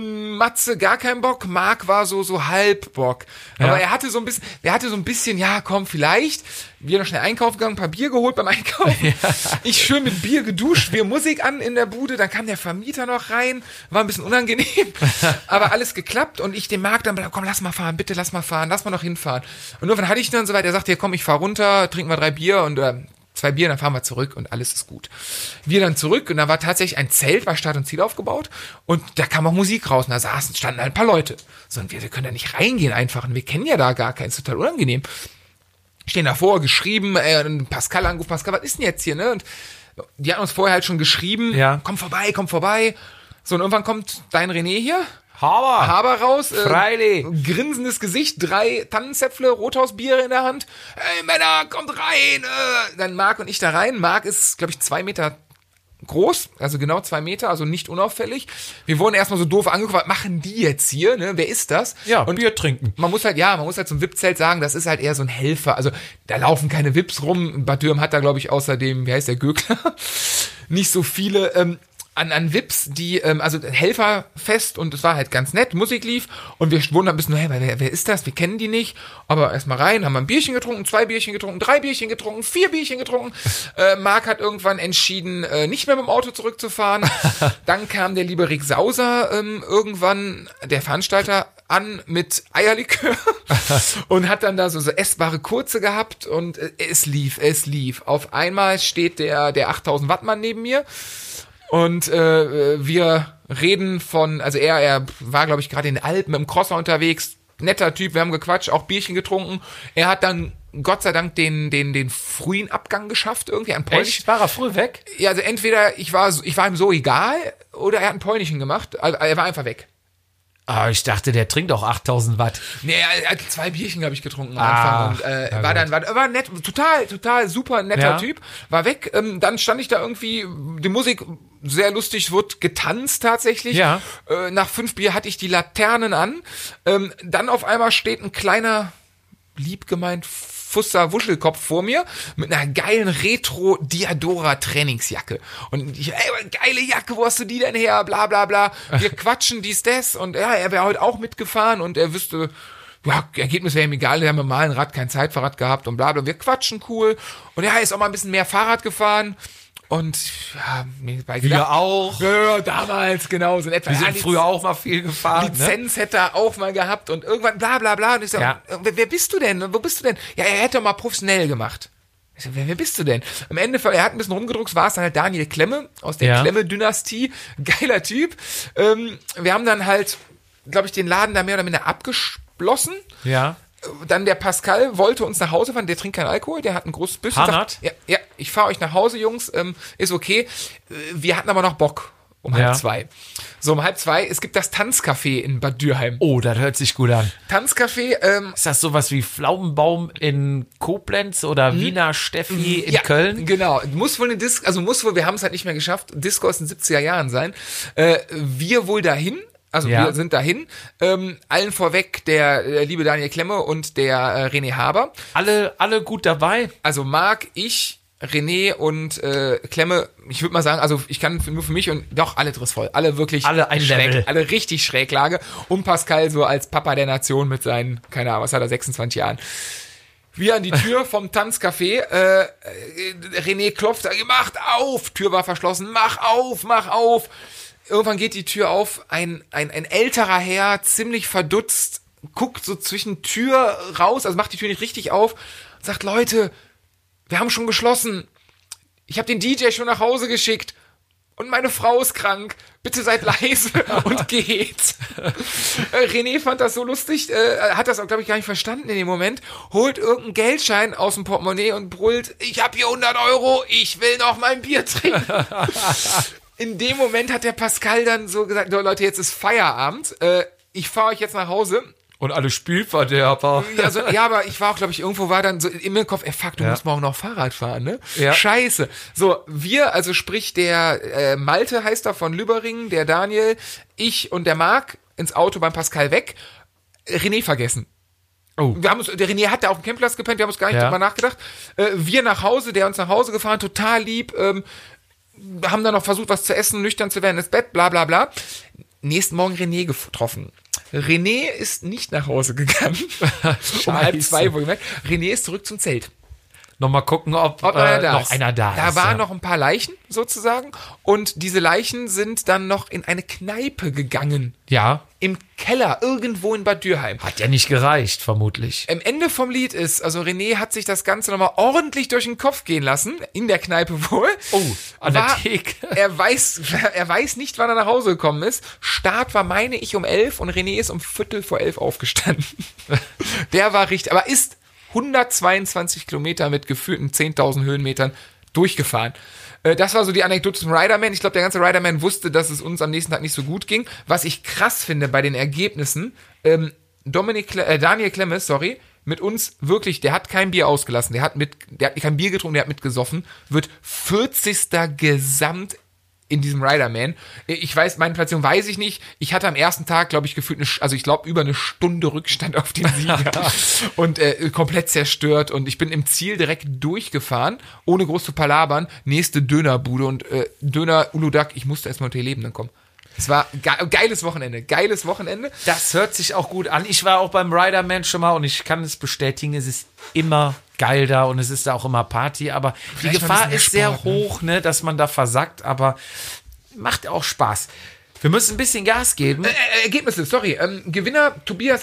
[SPEAKER 2] Matze gar keinen Bock, Marc war so halb Bock, aber er hatte so ein bisschen, ja komm, vielleicht, wir noch schnell einkaufen gegangen, ein paar Bier geholt beim Einkaufen, ich schön mit Bier geduscht, wir Musik an in der Bude, dann kam der Vermieter noch rein, war ein bisschen unangenehm, aber alles geklappt und ich dem Marc dann, komm, lass mal fahren, bitte lass mal fahren, lass mal noch hinfahren. Und irgendwann hatte ich dann soweit, er sagte, ja komm, ich fahr runter, trinken wir 3 Bier und 2 Bier, dann fahren wir zurück und alles ist gut. Wir dann zurück und da war tatsächlich ein Zelt, war Start und Ziel aufgebaut und da kam auch Musik raus und da standen halt ein paar Leute. So, und wir können da nicht reingehen einfach und wir kennen ja da gar keinen, ist total unangenehm. Stehen davor, geschrieben, Pascal angerufen, Pascal, was ist denn jetzt hier, ne? Und die hatten uns vorher halt schon geschrieben, komm vorbei. So, und irgendwann kommt dein René hier. Haber raus.
[SPEAKER 1] Freilich.
[SPEAKER 2] Grinsendes Gesicht, 3 Tannenzäpfle, Rothausbiere in der Hand. Ey, Männer, kommt rein. Dann Marc und ich da rein. Marc ist, glaube ich, 2 Meter groß, also genau 2 Meter, also nicht unauffällig. Wir wurden erstmal so doof angeguckt, was machen die jetzt hier, ne? Wer ist das?
[SPEAKER 1] Ja,
[SPEAKER 2] und
[SPEAKER 1] Bier trinken.
[SPEAKER 2] Man muss halt zum VIP-Zelt sagen, das ist halt eher so ein Helfer. Also da laufen keine VIPs rum. Bad Dürm hat da, glaube ich, außerdem, wie heißt der, Gökler? Nicht so viele an VIPs, die, also Helferfest und es war halt ganz nett, Musik lief und wir wurden ein bisschen, wer ist das? Wir kennen die nicht, aber erstmal rein, haben wir ein Bierchen getrunken, 2 Bierchen getrunken, 3 Bierchen getrunken, 4 Bierchen getrunken. Marc hat irgendwann entschieden, nicht mehr mit dem Auto zurückzufahren. Dann kam der liebe Rick Sauser irgendwann, der Veranstalter, an mit Eierlikör und hat dann da so essbare Kurze gehabt und es lief. Auf einmal steht der 8000 Wattmann neben mir. Und wir reden also er war, glaube ich, gerade in den Alpen im Crosser unterwegs, netter Typ, wir haben gequatscht, auch Bierchen getrunken. Er hat dann Gott sei Dank den frühen Abgang geschafft, irgendwie ein polnischen.
[SPEAKER 1] Echt? War er früh weg?
[SPEAKER 2] Ja, also entweder ich war ihm so egal oder er hat einen polnischen gemacht, also er war einfach weg.
[SPEAKER 1] Ah, ich dachte, der trinkt auch 8000 Watt.
[SPEAKER 2] Nee, er hat 2 Bierchen, glaube ich, getrunken am Anfang und war nett, total super netter Typ, war weg, dann stand ich da irgendwie, die Musik sehr lustig, wurde getanzt tatsächlich.
[SPEAKER 1] Ja.
[SPEAKER 2] Nach 5 Bier hatte ich die Laternen an, dann auf einmal steht ein kleiner, lieb gemeint, Fusser Wuschelkopf vor mir mit einer geilen Retro-Diadora-Trainingsjacke. Und ich, geile Jacke, wo hast du die denn her? Bla bla bla. Wir quatschen das. Und ja, er wäre heute auch mitgefahren und er wüsste, ja, Ergebnis wäre ihm egal, wir haben mal ein Rad, kein Zeitfahrrad gehabt und bla bla. Wir quatschen cool. Und er ist auch mal ein bisschen mehr Fahrrad gefahren. Und ja,
[SPEAKER 1] wir auch.
[SPEAKER 2] Ja, damals, genau. So in etwa.
[SPEAKER 1] Wir sind früher auch mal viel gefahren.
[SPEAKER 2] Lizenz hätte er auch mal gehabt und irgendwann bla bla bla. Und ich so, wer bist du denn? Wo bist du denn? Ja, er hätte mal professionell gemacht. Ich so, wer bist du denn? Am Ende, er hat ein bisschen rumgedruckt, war es dann halt Daniel Klemme aus der Klemme-Dynastie. Geiler Typ. Wir haben dann halt, glaube ich, den Laden da mehr oder minder abgeschlossen.
[SPEAKER 1] Ja.
[SPEAKER 2] Dann der Pascal wollte uns nach Hause fahren, der trinkt keinen Alkohol, der hat ein großes Büsschen. Ja, ich fahre euch nach Hause, Jungs, ist okay. Wir hatten aber noch Bock um 1:30. So, um 1:30, es gibt das Tanzcafé in Bad Dürheim.
[SPEAKER 1] Oh, das hört sich gut an.
[SPEAKER 2] Tanzcafé.
[SPEAKER 1] Ist das sowas wie Pflaumenbaum in Koblenz oder Wiener Steffi in Köln?
[SPEAKER 2] Genau, muss wohl wir haben es halt nicht mehr geschafft, Disco aus den 70er Jahren sein. Wir wohl dahin. Also wir sind dahin. Allen vorweg der liebe Daniel Klemme und der René Haber.
[SPEAKER 1] Alle gut dabei.
[SPEAKER 2] Also Marc, ich, René und Klemme, ich würde mal sagen, also ich kann nur für mich und doch alle drissvoll. Alle wirklich
[SPEAKER 1] alle ein Level.
[SPEAKER 2] Alle richtig Schräglage. Und Pascal so als Papa der Nation mit seinen, keine Ahnung, was hat er, 26 Jahren. Wir an die Tür vom Tanzcafé. René klopft, macht auf. Tür war verschlossen. Mach auf. Irgendwann geht die Tür auf, ein älterer Herr, ziemlich verdutzt, guckt so zwischen Tür raus, also macht die Tür nicht richtig auf, und sagt, Leute, wir haben schon geschlossen. Ich habe den DJ schon nach Hause geschickt und meine Frau ist krank. Bitte seid leise und geht. René fand das so lustig, hat das auch, glaube ich, gar nicht verstanden in dem Moment, holt irgendeinen Geldschein aus dem Portemonnaie und brüllt, ich habe hier 100 €, ich will noch mein Bier trinken. In dem Moment hat der Pascal dann so gesagt, Leute, jetzt ist Feierabend, ich fahre euch jetzt nach Hause.
[SPEAKER 1] Und alle Spielverderber.
[SPEAKER 2] Ja, aber ich war auch, glaube ich, irgendwo war dann so im Kopf, fuck, du musst morgen noch Fahrrad fahren, ne?
[SPEAKER 1] Ja.
[SPEAKER 2] Scheiße. So, wir, also sprich der Malte heißt er von Lübberingen, der Daniel, ich und der Marc ins Auto beim Pascal weg, René vergessen. Oh. Der René hat da auf dem Campingplatz gepennt, wir haben uns gar nicht drüber nachgedacht. Wir nach Hause, der uns nach Hause gefahren, total lieb, haben dann noch versucht, was zu essen, nüchtern zu werden, ins Bett, bla bla bla. Nächsten Morgen René getroffen. René ist nicht nach Hause gegangen. Um 1:30 wohlgemerkt. René ist zurück zum Zelt.
[SPEAKER 1] Nochmal gucken, ob noch einer da ist.
[SPEAKER 2] Da waren noch ein paar Leichen sozusagen und diese Leichen sind dann noch in eine Kneipe gegangen.
[SPEAKER 1] Ja.
[SPEAKER 2] Im Keller, irgendwo in Bad Dürheim.
[SPEAKER 1] Hat ja nicht gereicht, vermutlich.
[SPEAKER 2] Am Ende vom Lied ist, also René hat sich das Ganze nochmal ordentlich durch den Kopf gehen lassen, in der Kneipe wohl.
[SPEAKER 1] Oh, an der Theke.
[SPEAKER 2] Er weiß nicht, wann er nach Hause gekommen ist. Start war, meine ich, um 11 und René ist um 11:15 aufgestanden. Der war richtig, aber ist 122 Kilometer mit gefühlten 10.000 Höhenmetern durchgefahren. Das war so die Anekdote zum Riderman. Ich glaube, der ganze Riderman wusste, dass es uns am nächsten Tag nicht so gut ging. Was ich krass finde bei den Ergebnissen, Daniel Klemme, mit uns wirklich, der hat kein Bier ausgelassen, der hat kein Bier getrunken, der hat mitgesoffen, wird 40. Gesamt in diesem Riderman. Ich weiß, meine Platzierung weiß ich nicht. Ich hatte am ersten Tag, glaube ich, gefühlt über eine Stunde Rückstand auf den Sieger und komplett zerstört. Und ich bin im Ziel direkt durchgefahren, ohne groß zu palabern. Nächste Dönerbude und Döner Uludag. Ich musste erstmal unter die Lebenden kommen. Es war geiles Wochenende.
[SPEAKER 1] Das hört sich auch gut an. Ich war auch beim Riderman schon mal und ich kann es bestätigen, es ist immer geil da und es ist da auch immer Party, aber die Gefahr ist sehr hoch, ne, dass man da versackt, aber macht auch Spaß. Wir müssen ein bisschen Gas geben.
[SPEAKER 2] Ergebnisse, Gewinner Tobias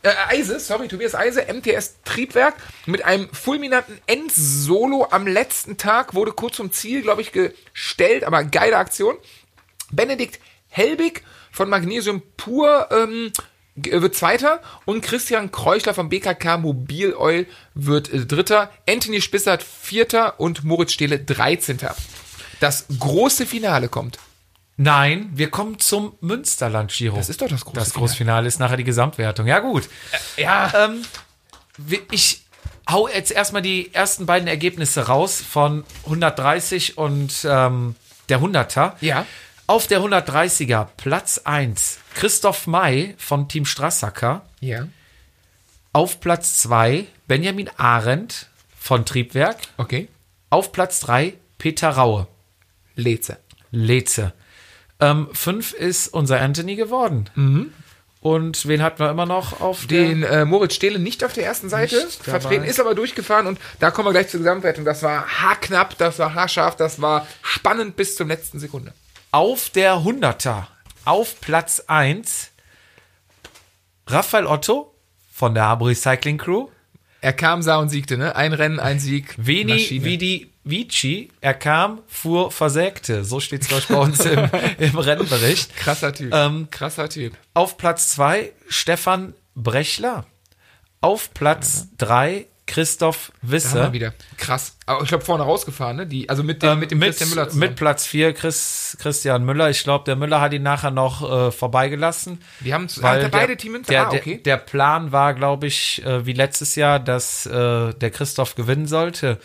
[SPEAKER 2] Eise, MTS Triebwerk mit einem fulminanten Endsolo am letzten Tag, wurde kurz zum Ziel, glaube ich, gestellt, aber geile Aktion. Benedikt Helbig von Magnesium Pur wird Zweiter und Christian Kreuchler vom BKK Mobil Oil wird Dritter. Anthony Spissert Vierter und Moritz Stehle 13. Das große Finale kommt.
[SPEAKER 1] Nein, wir kommen zum Münsterland-Giro.
[SPEAKER 2] Das ist doch das große
[SPEAKER 1] Das große Finale ist nachher die Gesamtwertung. Ja, gut.
[SPEAKER 2] Ja.
[SPEAKER 1] Ich hau jetzt erstmal die ersten beiden Ergebnisse raus von 130 und der 100er.
[SPEAKER 2] Ja.
[SPEAKER 1] Auf der 130er Platz 1 Christoph May von Team Strassacker.
[SPEAKER 2] Ja.
[SPEAKER 1] Auf Platz 2 Benjamin Arendt von Triebwerk.
[SPEAKER 2] Okay.
[SPEAKER 1] Auf Platz 3 Peter Raue.
[SPEAKER 2] Leze.
[SPEAKER 1] 5 ist unser Anthony geworden. Und wen hatten wir immer noch auf
[SPEAKER 2] Den Moritz Stehle nicht auf der ersten Seite
[SPEAKER 1] Nicht dabei.
[SPEAKER 2] vertreten, ist aber durchgefahren und da kommen wir gleich zur Gesamtwertung. Das war haarknapp, das war haarscharf, das war spannend bis zur letzten Sekunde.
[SPEAKER 1] Auf der 100er, auf Platz 1, Raphael Otto von der Harburg Cycling Crew.
[SPEAKER 2] Er kam, sah und siegte, ne? Ein Rennen, ein Sieg.
[SPEAKER 1] Veni
[SPEAKER 2] Maschine.
[SPEAKER 1] Vidi Vici, er kam, fuhr, versägte. So steht es bei uns im Rennbericht.
[SPEAKER 2] Krasser Typ. Krasser Typ.
[SPEAKER 1] Auf Platz 2 Stefan Brechler. Auf Platz 3 Christoph
[SPEAKER 2] Da haben
[SPEAKER 1] Wisse.
[SPEAKER 2] wir wieder. Krass. Aber ich glaube, vorne rausgefahren, ne? Also mit dem Christian Müller zusammen.
[SPEAKER 1] Mit Platz 4 Christian Müller. Ich glaube, der Müller hat ihn nachher noch vorbeigelassen.
[SPEAKER 2] Wir haben
[SPEAKER 1] Weil
[SPEAKER 2] beide Team okay.
[SPEAKER 1] Der Plan war, glaube ich, wie letztes Jahr, dass der Christoph gewinnen sollte.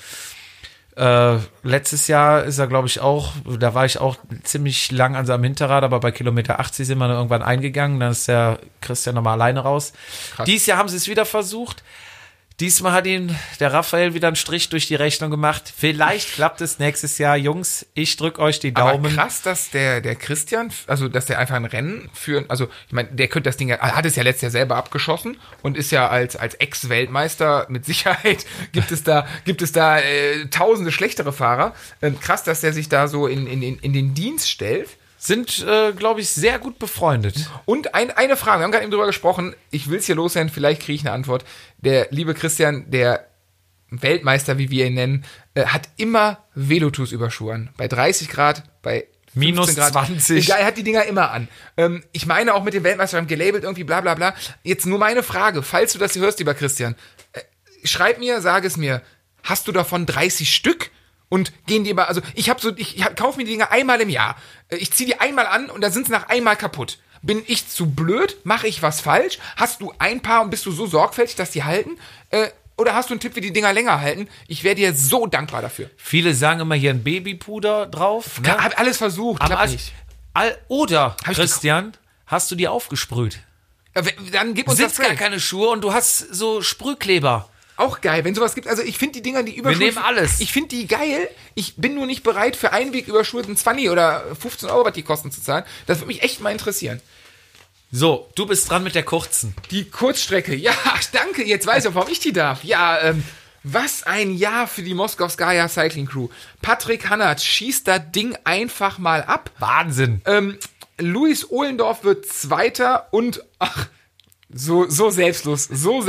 [SPEAKER 1] Letztes Jahr ist er, glaube ich, auch, da war ich auch ziemlich lang an seinem Hinterrad, aber bei Kilometer 80 sind wir dann irgendwann eingegangen, dann ist der Christian nochmal alleine raus.
[SPEAKER 2] Krass.
[SPEAKER 1] Dieses Jahr haben sie es wieder versucht. Diesmal hat ihn der Raphael wieder einen Strich durch die Rechnung gemacht. Vielleicht klappt es nächstes Jahr. Jungs, ich drück euch die Daumen.
[SPEAKER 2] Aber krass, dass der Christian, also dass der einfach ein Rennen führen, also ich meine, der könnte das Ding, hat es ja letztes Jahr selber abgeschossen und ist ja als Ex-Weltmeister mit Sicherheit, gibt es da tausende schlechtere Fahrer. Krass, dass der sich da so in den Dienst stellt.
[SPEAKER 1] Sind, glaube ich, sehr gut befreundet.
[SPEAKER 2] Und eine Frage, wir haben gerade eben drüber gesprochen, ich will es hier loswerden, vielleicht kriege ich eine Antwort. Der liebe Christian, der Weltmeister, wie wir ihn nennen, hat immer Velotus-Überschuhe an. Bei 30 Grad, bei
[SPEAKER 1] Minus
[SPEAKER 2] 15 Grad.
[SPEAKER 1] 20.
[SPEAKER 2] Egal, er hat die Dinger immer an. Ich meine auch mit dem Weltmeister haben gelabelt, irgendwie bla bla bla. Jetzt nur meine Frage, falls du das hier hörst, lieber Christian, schreib mir, sag es mir, hast du davon 30 Stück? Und gehen die immer, also ich kaufe mir die Dinger einmal im Jahr. Ich ziehe die einmal an und dann sind sie nach einmal kaputt. Bin ich zu blöd? Mache ich was falsch? Hast du ein Paar und bist du so sorgfältig, dass die halten? Oder hast du einen Tipp, wie die Dinger länger halten? Ich wäre dir so dankbar dafür.
[SPEAKER 1] Viele sagen immer hier ein Babypuder drauf. Ne?
[SPEAKER 2] Hab alles versucht, klappt nicht.
[SPEAKER 1] Oder, Christian, hast du die aufgesprüht?
[SPEAKER 2] Dann gib uns
[SPEAKER 1] Sitzt
[SPEAKER 2] das
[SPEAKER 1] gar keine Schuhe und du hast so Sprühkleber.
[SPEAKER 2] Auch geil, wenn sowas gibt. Also ich finde die Dinger, die Überschuhe...
[SPEAKER 1] Wir nehmen alles.
[SPEAKER 2] Ich finde die geil. Ich bin nur nicht bereit, für Einwegüberschuhe 20 oder 15 Euro, was die kosten, zu zahlen. Das würde mich echt mal interessieren.
[SPEAKER 1] So, du bist dran mit der kurzen.
[SPEAKER 2] Die Kurzstrecke. Ja, danke. Jetzt weiß ich auch, warum ich die darf. Ja, was ein Jahr für die Moskowskaja Cycling Crew. Patrick Hannert schießt das Ding einfach mal ab.
[SPEAKER 1] Wahnsinn.
[SPEAKER 2] Luis Ohlendorf wird Zweiter und... So selbstlos.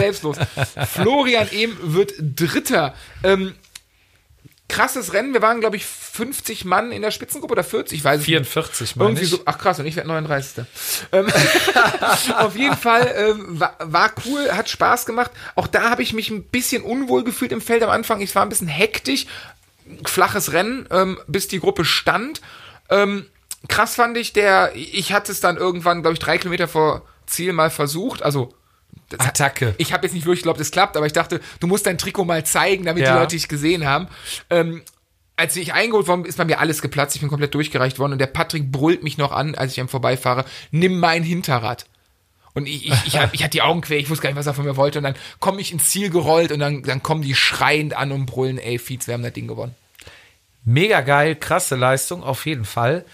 [SPEAKER 2] Florian Ehm wird Dritter. Krasses Rennen. Wir waren, glaube ich, 50 Mann in der Spitzengruppe oder 40, ich weiß es
[SPEAKER 1] 44, meine
[SPEAKER 2] irgendwie
[SPEAKER 1] ich.
[SPEAKER 2] so. Ach krass, und ich werde 39. Auf jeden Fall war cool, hat Spaß gemacht. Auch da habe ich mich ein bisschen unwohl gefühlt im Feld am Anfang. Ich war ein bisschen hektisch. Flaches Rennen, bis die Gruppe stand. Krass fand ich, ich hatte es dann irgendwann, glaube ich, 3 Kilometer vor Ziel mal versucht, also
[SPEAKER 1] Attacke.
[SPEAKER 2] Ich habe jetzt nicht wirklich geglaubt, es klappt, aber ich dachte, du musst dein Trikot mal zeigen, damit die Leute dich gesehen haben. Als ich eingeholt worden bin, ist bei mir alles geplatzt, ich bin komplett durchgereicht worden und der Patrick brüllt mich noch an, als ich am Vorbeifahre, nimm mein Hinterrad. Und ich hatte die Augen quer, ich wusste gar nicht, was er von mir wollte und dann komme ich ins Ziel gerollt und dann kommen die schreiend an und brüllen, ey Fietz, wir haben das Ding gewonnen.
[SPEAKER 1] Mega geil, krasse Leistung, auf jeden Fall.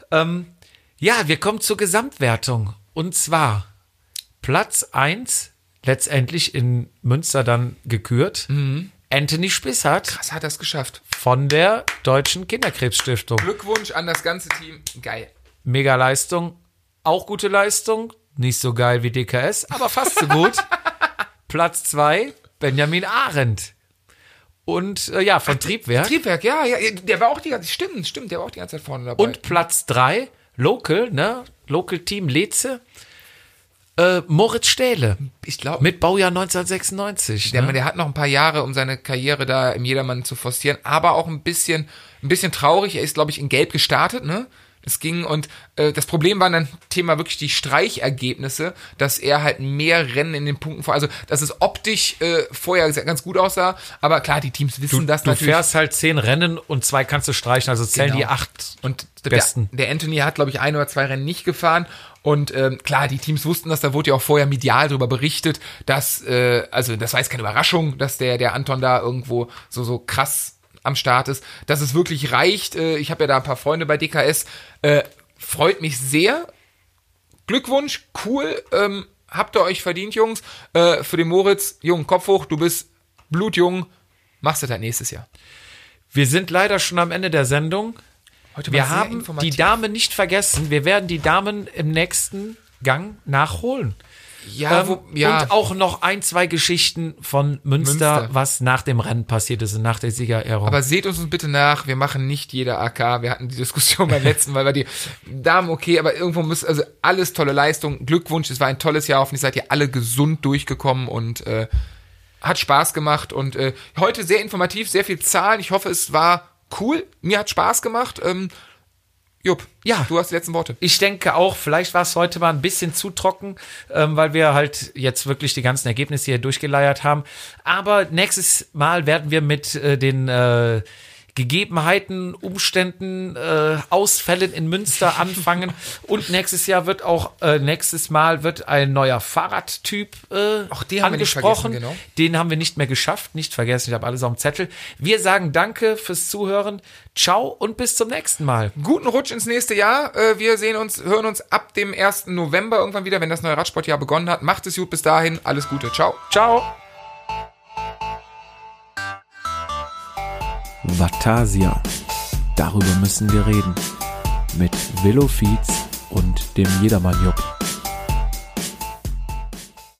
[SPEAKER 1] Ja, wir kommen zur Gesamtwertung. Und zwar Platz 1, letztendlich in Münster dann gekürt, Anthony Spissert.
[SPEAKER 2] Krass, hat er es geschafft.
[SPEAKER 1] Von der Deutschen Kinderkrebsstiftung.
[SPEAKER 2] Glückwunsch an das ganze Team. Geil.
[SPEAKER 1] Mega Leistung. Auch gute Leistung. Nicht so geil wie DKS, aber fast so gut. Platz 2, Benjamin Arendt. Und von Triebwerk.
[SPEAKER 2] Triebwerk, ja, der war auch die ganze Zeit, stimmt, der war auch die ganze Zeit vorne dabei.
[SPEAKER 1] Und Platz 3, Local Team Leze. Moritz Stähle.
[SPEAKER 2] Ich glaube,
[SPEAKER 1] Mit Baujahr 1996.
[SPEAKER 2] der hat noch ein paar Jahre, um seine Karriere da im Jedermann zu forcieren, aber auch ein bisschen traurig. Er ist, glaube ich, in Gelb gestartet, ne? Es ging und das Problem war dann Thema wirklich die Streichergebnisse, dass er halt mehr Rennen in den Punkten also dass es optisch vorher ganz gut aussah, aber klar, die Teams wissen das natürlich.
[SPEAKER 1] Du fährst halt 10 Rennen und 2 kannst du streichen, also zählen die 8
[SPEAKER 2] und
[SPEAKER 1] besten.
[SPEAKER 2] Der Anthony hat, glaube ich, 1 oder 2 Rennen nicht gefahren und klar, die Teams wussten das, da wurde ja auch vorher medial drüber berichtet, dass, also das war jetzt keine Überraschung, dass der Anton da irgendwo so krass am Start ist, dass es wirklich reicht. Ich habe ja da ein paar Freunde bei DKS. Freut mich sehr. Glückwunsch, cool. Habt ihr euch verdient, Jungs. Für den Moritz, Jungen, Kopf hoch, du bist blutjung. Machst du das nächstes Jahr.
[SPEAKER 1] Wir sind leider schon am Ende der Sendung.
[SPEAKER 2] Heute
[SPEAKER 1] Wir haben die Damen nicht vergessen. Wir werden die Damen im nächsten Gang nachholen.
[SPEAKER 2] Ja,
[SPEAKER 1] Und auch noch 1, 2 Geschichten von Münster, was nach dem Rennen passiert ist und nach der Siegerehrung.
[SPEAKER 2] Aber seht uns bitte nach, wir machen nicht jeder AK. Wir hatten die Diskussion beim letzten, weil wir die Damen okay, aber irgendwo muss, also alles tolle Leistung. Glückwunsch, es war ein tolles Jahr, hoffentlich seid ihr alle gesund durchgekommen und hat Spaß gemacht und heute sehr informativ, sehr viel Zahlen. Ich hoffe, es war cool. Mir hat Spaß gemacht. Jupp,
[SPEAKER 1] ja,
[SPEAKER 2] du hast die letzten Worte.
[SPEAKER 1] Ich denke auch, vielleicht war es heute mal ein bisschen zu trocken, weil wir halt jetzt wirklich die ganzen Ergebnisse hier durchgeleiert haben. Aber nächstes Mal werden wir mit den Gegebenheiten, Umständen, Ausfällen in Münster anfangen. Und nächstes Mal wird ein neuer Fahrradtyp
[SPEAKER 2] Auch den haben wir nicht
[SPEAKER 1] angesprochen.
[SPEAKER 2] vergessen, genau.
[SPEAKER 1] Den haben wir nicht mehr geschafft, nicht vergessen, ich habe alles auf dem Zettel. Wir sagen danke fürs Zuhören. Ciao und bis zum nächsten Mal.
[SPEAKER 2] Guten Rutsch ins nächste Jahr. Wir hören uns ab dem 1. November irgendwann wieder, wenn das neue Radsportjahr begonnen hat. Macht es gut bis dahin. Alles Gute. Ciao.
[SPEAKER 1] Ciao.
[SPEAKER 3] Vatasia. Darüber müssen wir reden. Mit Willow Fietz und dem Jedermann Jupp.